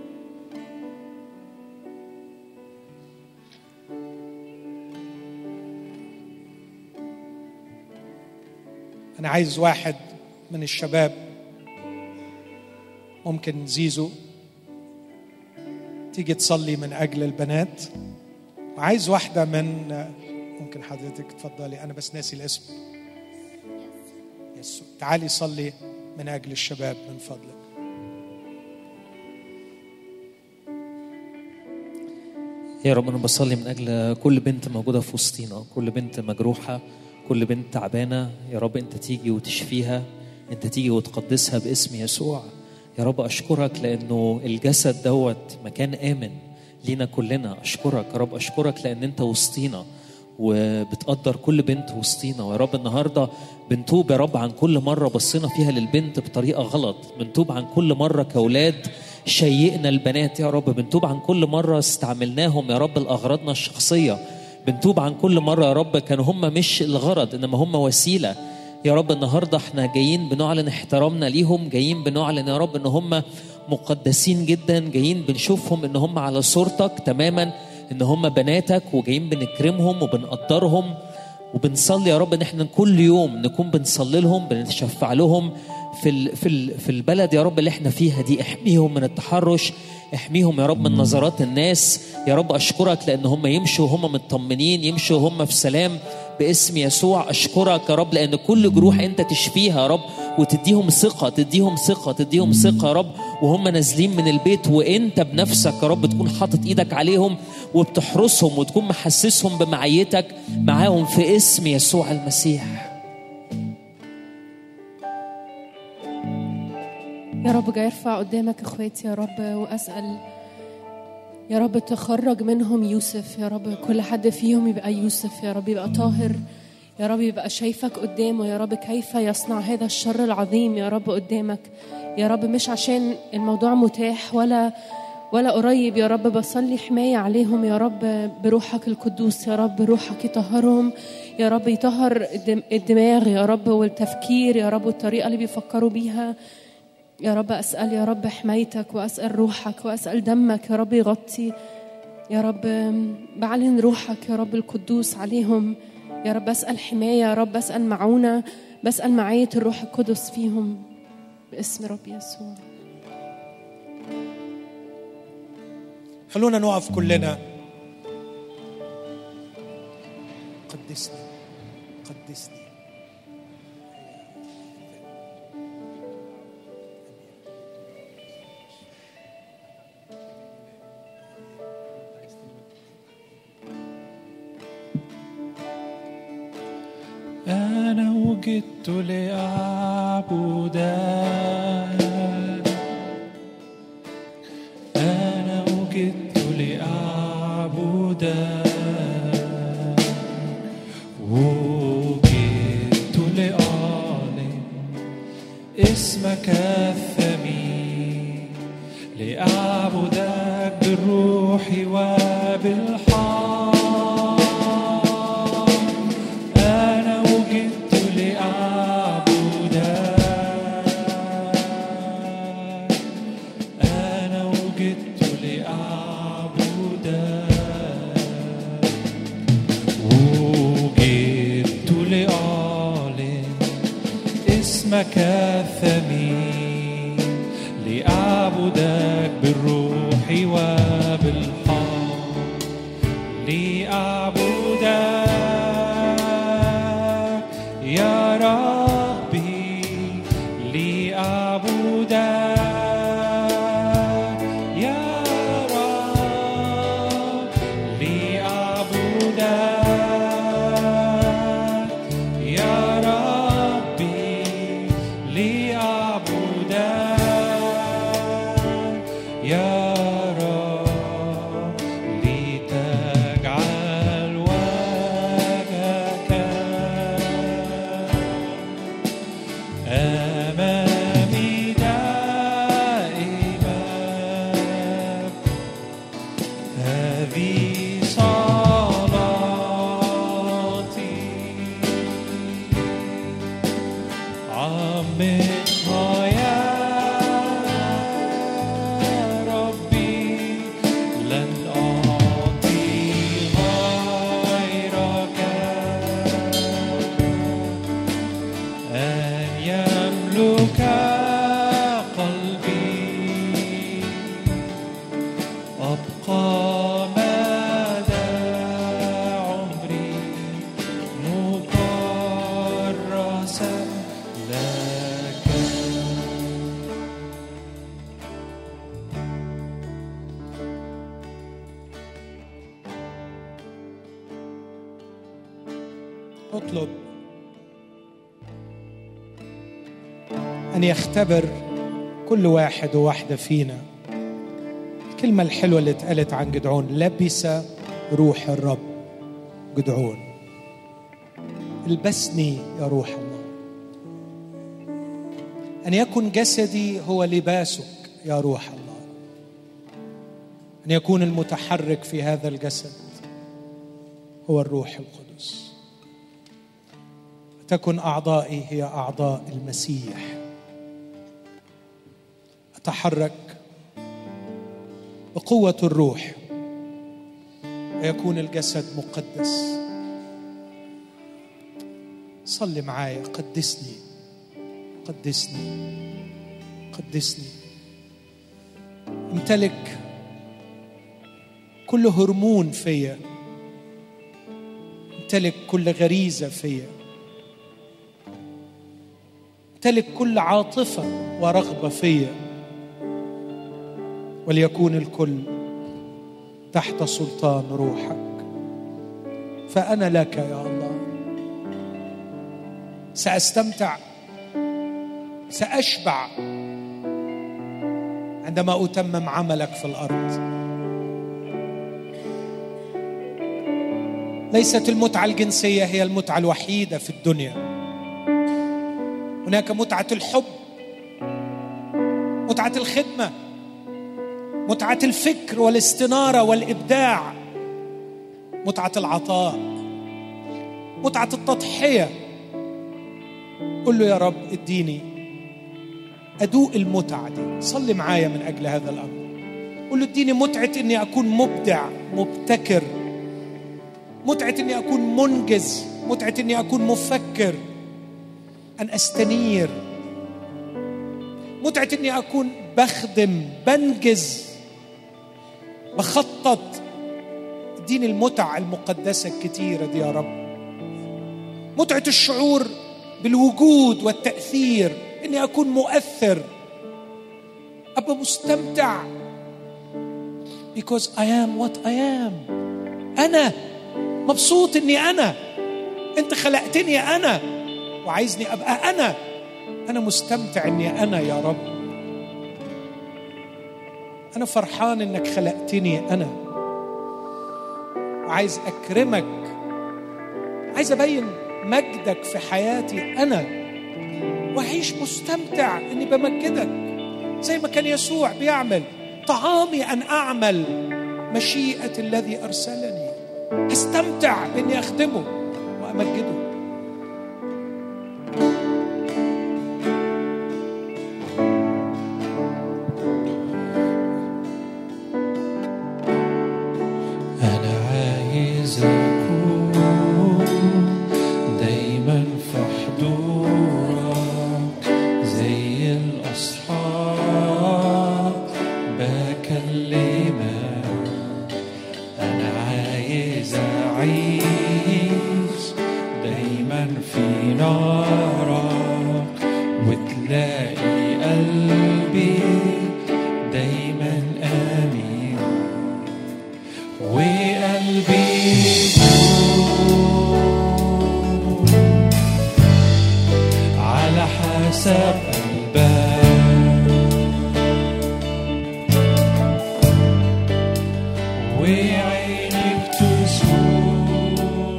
أنا عايز واحد من الشباب، ممكن زيزو، تيجي تصلي من أجل البنات. وعايز واحدة من، ممكن حضرتك تفضلي، أنا بس ناسي الاسم، يسوع، تعالي صلي من أجل الشباب من فضلك. يا رب أنا بصلي من أجل كل بنت موجودة في وسطينا، كل بنت مجروحة، كل بنت تعبانة. يا رب أنت تيجي وتشفيها، أنت تيجي وتقدسها باسم يسوع. يا رب أشكرك لأنه الجسد دوت مكان آمن لينا كلنا. أشكرك يا رب، أشكرك لأن أنت وسطينا وبتقدر كل بنت وسطينا. ويا رب النهاردة بنتوب يا رب عن كل مرة بصينا فيها للبنت بطريقة غلط، بنتوب عن كل مرة كأولاد شيئنا البنات يا رب، بنتوب عن كل مرة استعملناهم يا رب لأغراضنا الشخصية، بنتوب عن كل مرة يا رب كانوا هم مش الغرض إنما هم وسيلة. يا رب النهاردة احنا جايين بنعلن احترامنا ليهم، جايين بنعلن يا رب إن هم مقدسين جدا، جايين بنشوفهم إن هم على صورتك تماما، إن هم بناتك، وجايين بنكرمهم وبنقدرهم وبنصلي يا رب ان احنا كل يوم نكون بنصلي لهم، بنتشفع لهم في البلد يا رب اللي احنا فيها دي. احميهم من التحرش، احميهم يا رب من نظرات الناس. يا رب اشكرك لان هم يمشوا هم مطمنين، يمشوا هم في سلام باسم يسوع. اشكرك يا رب لان كل جروح انت تشفيها يا رب، وتديهم ثقة، تديهم ثقة يا رب وهم نازلين من البيت، وانت بنفسك يا رب تكون حاطط ايدك عليهم وبتحرسهم وتكون محسسهم بمعيتك معاهم في اسم يسوع المسيح. يا رب جاي ارفع قدامك اخواتي يا رب واسأل يا رب تخرج منهم يوسف يا رب، كل حد فيهم يبقى يوسف يا رب، يبقى طاهر يا رب، يبقى شايفك قدامه يا رب كيف يصنع هذا الشر العظيم يا رب قدامك يا رب، مش عشان الموضوع متاح ولا قريب يا رب. بصلي حماية عليهم يا رب بروحك القدوس يا رب، روحك يطهرهم يا رب، يطهر الدماغ يا رب والتفكير يا رب والطريقة اللي بيفكروا بيها يا رب. أسأل يا رب حمايتك وأسأل روحك وأسأل دمك يا رب يغطي يا رب، بعلن روحك يا رب القدوس عليهم يا رب. أسأل حماية يا رب، أسأل معونة، بسأل معية الروح القدس فيهم باسم رب يسوع. خلونا نقف كلنا. قدسني قدسني. أنا وجدت لأعبدك، أنا وجدت لأعبدك، وجدت لأعلن اسمك الثمين، لأعبدك بالروح وبالحق. اسمك الثمين، لأعبدك بالروح وبالحق، لأعبدك يا ربي، لأعبدك يا رب، لأعبدك اطلب أن يختبر كل واحد وواحدة فينا الكلمة الحلوة اللي اتقالت عن جدعون: لبس روح الرب جدعون. البسني يا روح الله، أن يكن جسدي هو لباسك يا روح الله، أن يكون المتحرك في هذا الجسد هو الروح القدس، تكن أعضائي هي أعضاء المسيح، أتحرك بقوة الروح ويكون الجسد مقدس. صلي معايا. قدسني قدسني قدسني. امتلك كل هرمون فيا، امتلك كل غريزة فيا، امتلك كل عاطفة ورغبة فيا، وليكون الكل تحت سلطان روحك. فأنا لك يا الله. سأستمتع، سأشبع عندما أتمم عملك في الأرض. ليست المتعة الجنسية هي المتعة الوحيدة في الدنيا. هناك متعة الحب، متعة الخدمة، متعة الفكر والاستنارة والإبداع، متعة العطاء، متعة التضحية. قل له يا رب اديني أدوق المتعة دي. صلي معايا من أجل هذا الأمر. قل له اديني متعة إني أكون مبدع مبتكر، متعة إني أكون منجز، متعة إني أكون مفكر، أن أستنير، متعة إني أكون بخدم، بنجز، بخطط. اديني المتع المقدسة الكتيرة دي يا رب. متعة الشعور بالوجود والتأثير، إني أكون مؤثر، أبقى مستمتع because I am what I am. أنا مبسوط إني أنت خلقتني أنا وعايزني أبقى أنا مستمتع إني أنا يا رب. أنا فرحان إنك خلقتني أنا، وعايز أكرمك، عايز أبين مجدك في حياتي أنا، وأعيش مستمتع إني بمجدك زي ما كان يسوع بيعمل. طعامي أن أعمل مشيئة الذي أرسلني. أستمتع بإني أخدمه وأمجده. أنا عايز أكون دايما في حضورك زي الأصحاب بكلمك. أنا عايز أعيش دايما في نارك، وتلاقي قلبي دايما آمين، وقلبي يكون على حسب قلبك، وعينك تسود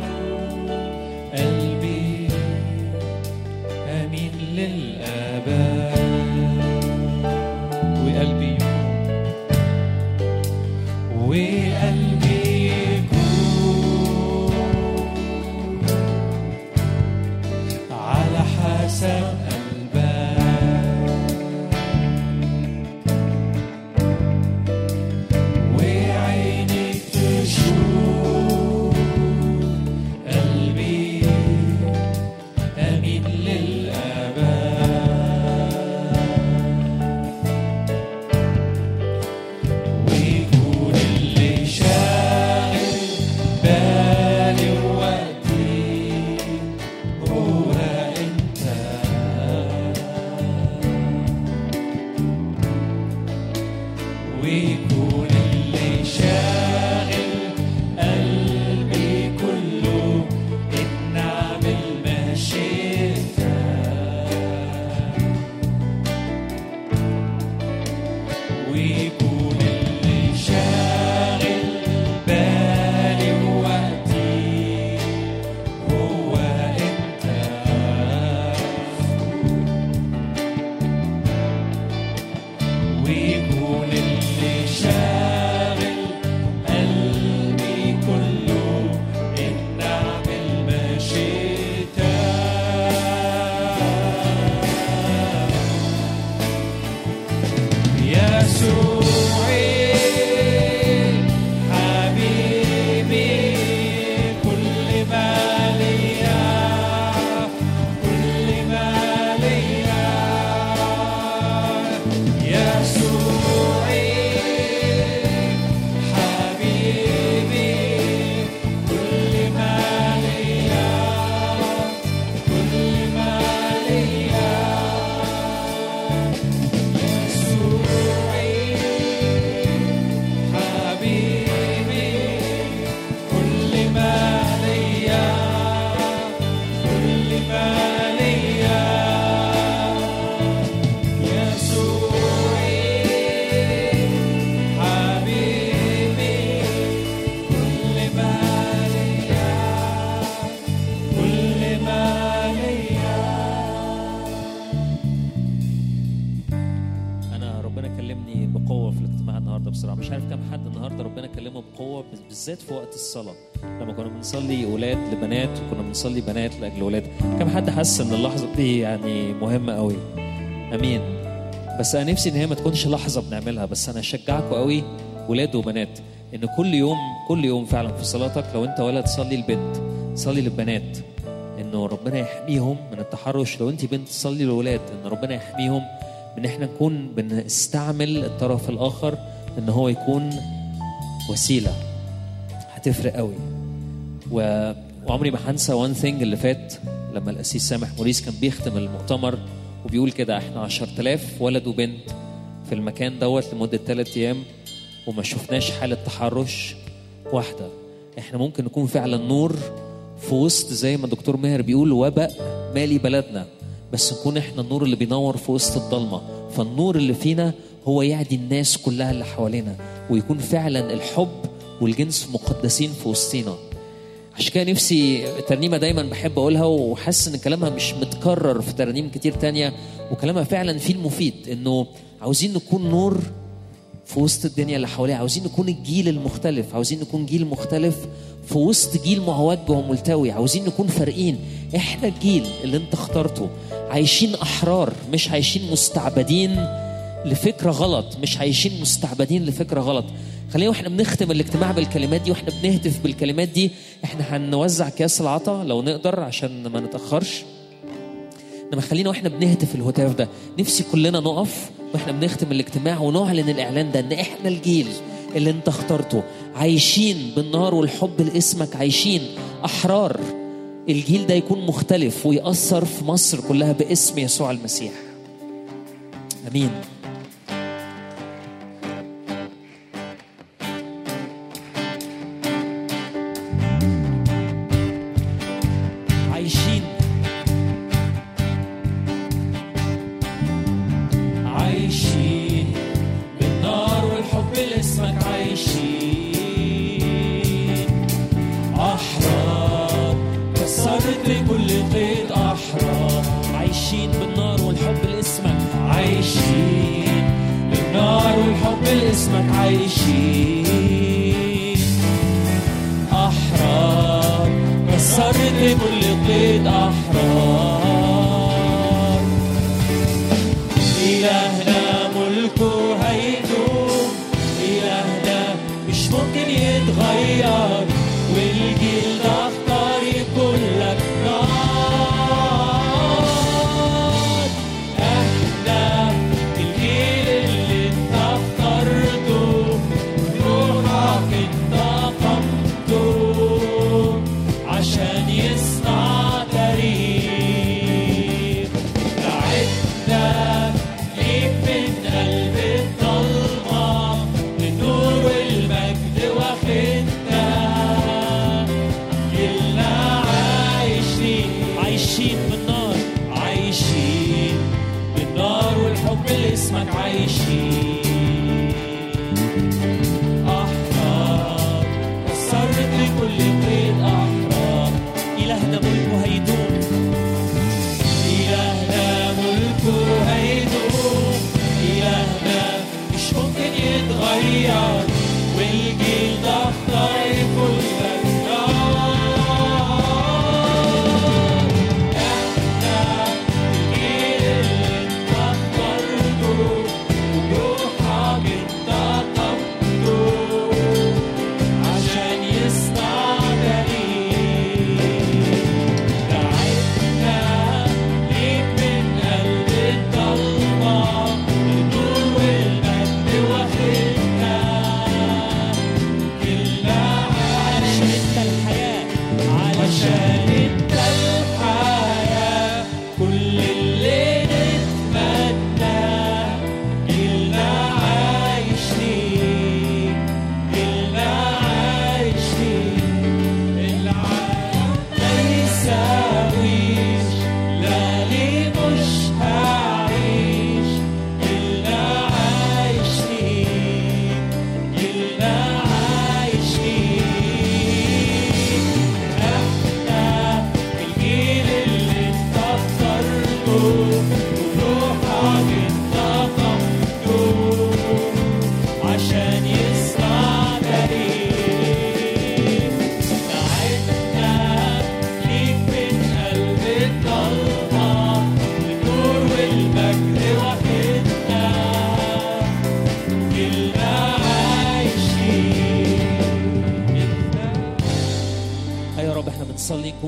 قلبي أمين للأبد، وقلبي يكون على حسب ويكون قوة بالذات في وقت الصلاة، لما كنا بنصلي أولاد لبنات وكنا بنصلي بنات لأجل أولاد. كم حد حس إن اللحظة دي يعني مهمة قوي؟ أمين. بس أنا نفسي إن هي ما تكونش لحظة بنعملها، بس أنا أشجعكم قوي ولاد وبنات إن كل يوم فعلا في صلاتك، لو أنت ولد صلي البنت، صلي للبنات إنه ربنا يحميهم من التحرش. لو أنت بنت صلي للولاد إن ربنا يحميهم من إحنا نكون بنستعمل الطرف الآخر إن هو يكون وسيلة. هتفرق قوي. وعمري ما هنسى one thing اللي فات لما القسيس سامح موريس كان بيختم المؤتمر وبيقول كده: احنا 10,000 ولد وبنت في المكان دوت لمدة 3 أيام وما شفناش حالة تحرش واحدة. احنا ممكن نكون فعلا نور في وسط، زي ما الدكتور ماهر بيقول، وباء مالي بلدنا، بس نكون احنا النور اللي بينور في وسط الضلمة. فالنور اللي فينا هو يعدي الناس كلها اللي حوالينا، ويكون فعلا الحب والجنس مقدسين في وسطينا. عشان كده نفسي ترنيمة دايما بحب أقولها، وحاسس إن كلامها مش متكرر في ترنيم كتير تانية، وكلامها فعلا فيه المفيد، إنه عاوزين نكون نور في وسط الدنيا اللي حواليها. عاوزين نكون الجيل المختلف، عاوزين نكون جيل مختلف في وسط جيل معوج وملتوي. عاوزين نكون فارقين. إحنا الجيل اللي انت اخترته، عايشين أحرار، مش عايشين مستعبدين لفكرة غلط، مش عايشين مستعبدين لفكرة غلط. خلينا واحنا بنختم الاجتماع بالكلمات دي، واحنا بنهتف بالكلمات دي. احنا هنوزع كاس العطا لو نقدر عشان ما نتأخرش، انما خلينا واحنا بنهتف الهتاف ده نفسي كلنا نقف واحنا بنختم الاجتماع ونعلن الاعلان ده، ان احنا الجيل اللي انت اخترته، عايشين بالنار والحب لاسمك، عايشين احرار. الجيل ده يكون مختلف ويأثر في مصر كلها باسم يسوع المسيح. امين. عشان يصنع دليل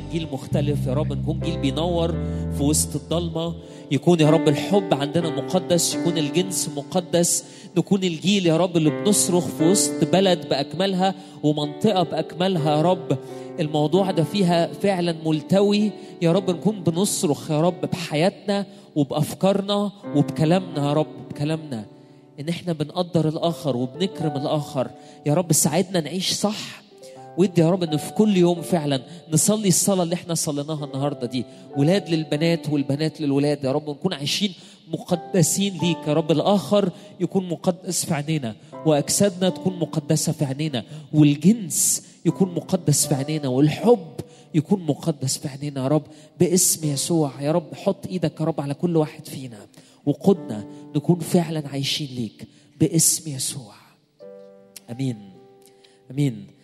جيل مختلف يا رب، نكون جيل بينور في وسط الضلمة. يكون يا رب الحب عندنا مقدس، يكون الجنس مقدس، نكون الجيل يا رب اللي بنصرخ في وسط بلد بأكملها ومنطقة بأكملها يا رب الموضوع ده فيها فعلا ملتوي يا رب. نكون بنصرخ يا رب بحياتنا وبأفكارنا وبكلامنا يا رب، بكلامنا إن إحنا بنقدر الآخر وبنكرم الآخر يا رب. ساعدنا نعيش صح، ودي يا رب إن في كل يوم فعلا نصلي الصلاة اللي إحنا صليناها النهاردة دي، ولاد للبنات والبنات للولاد يا رب، نكون عايشين مقدسين ليك يا رب. الآخر يكون مقدس في عينينا، وأجسادنا تكون مقدسة في عينينا، والجنس يكون مقدس في عينينا، والحب يكون مقدس في عينينا يا رب باسم يسوع. يا رب حط إيدك يا رب على كل واحد فينا وقدنا نكون فعلا عايشين ليك باسم يسوع. أمين. أمين.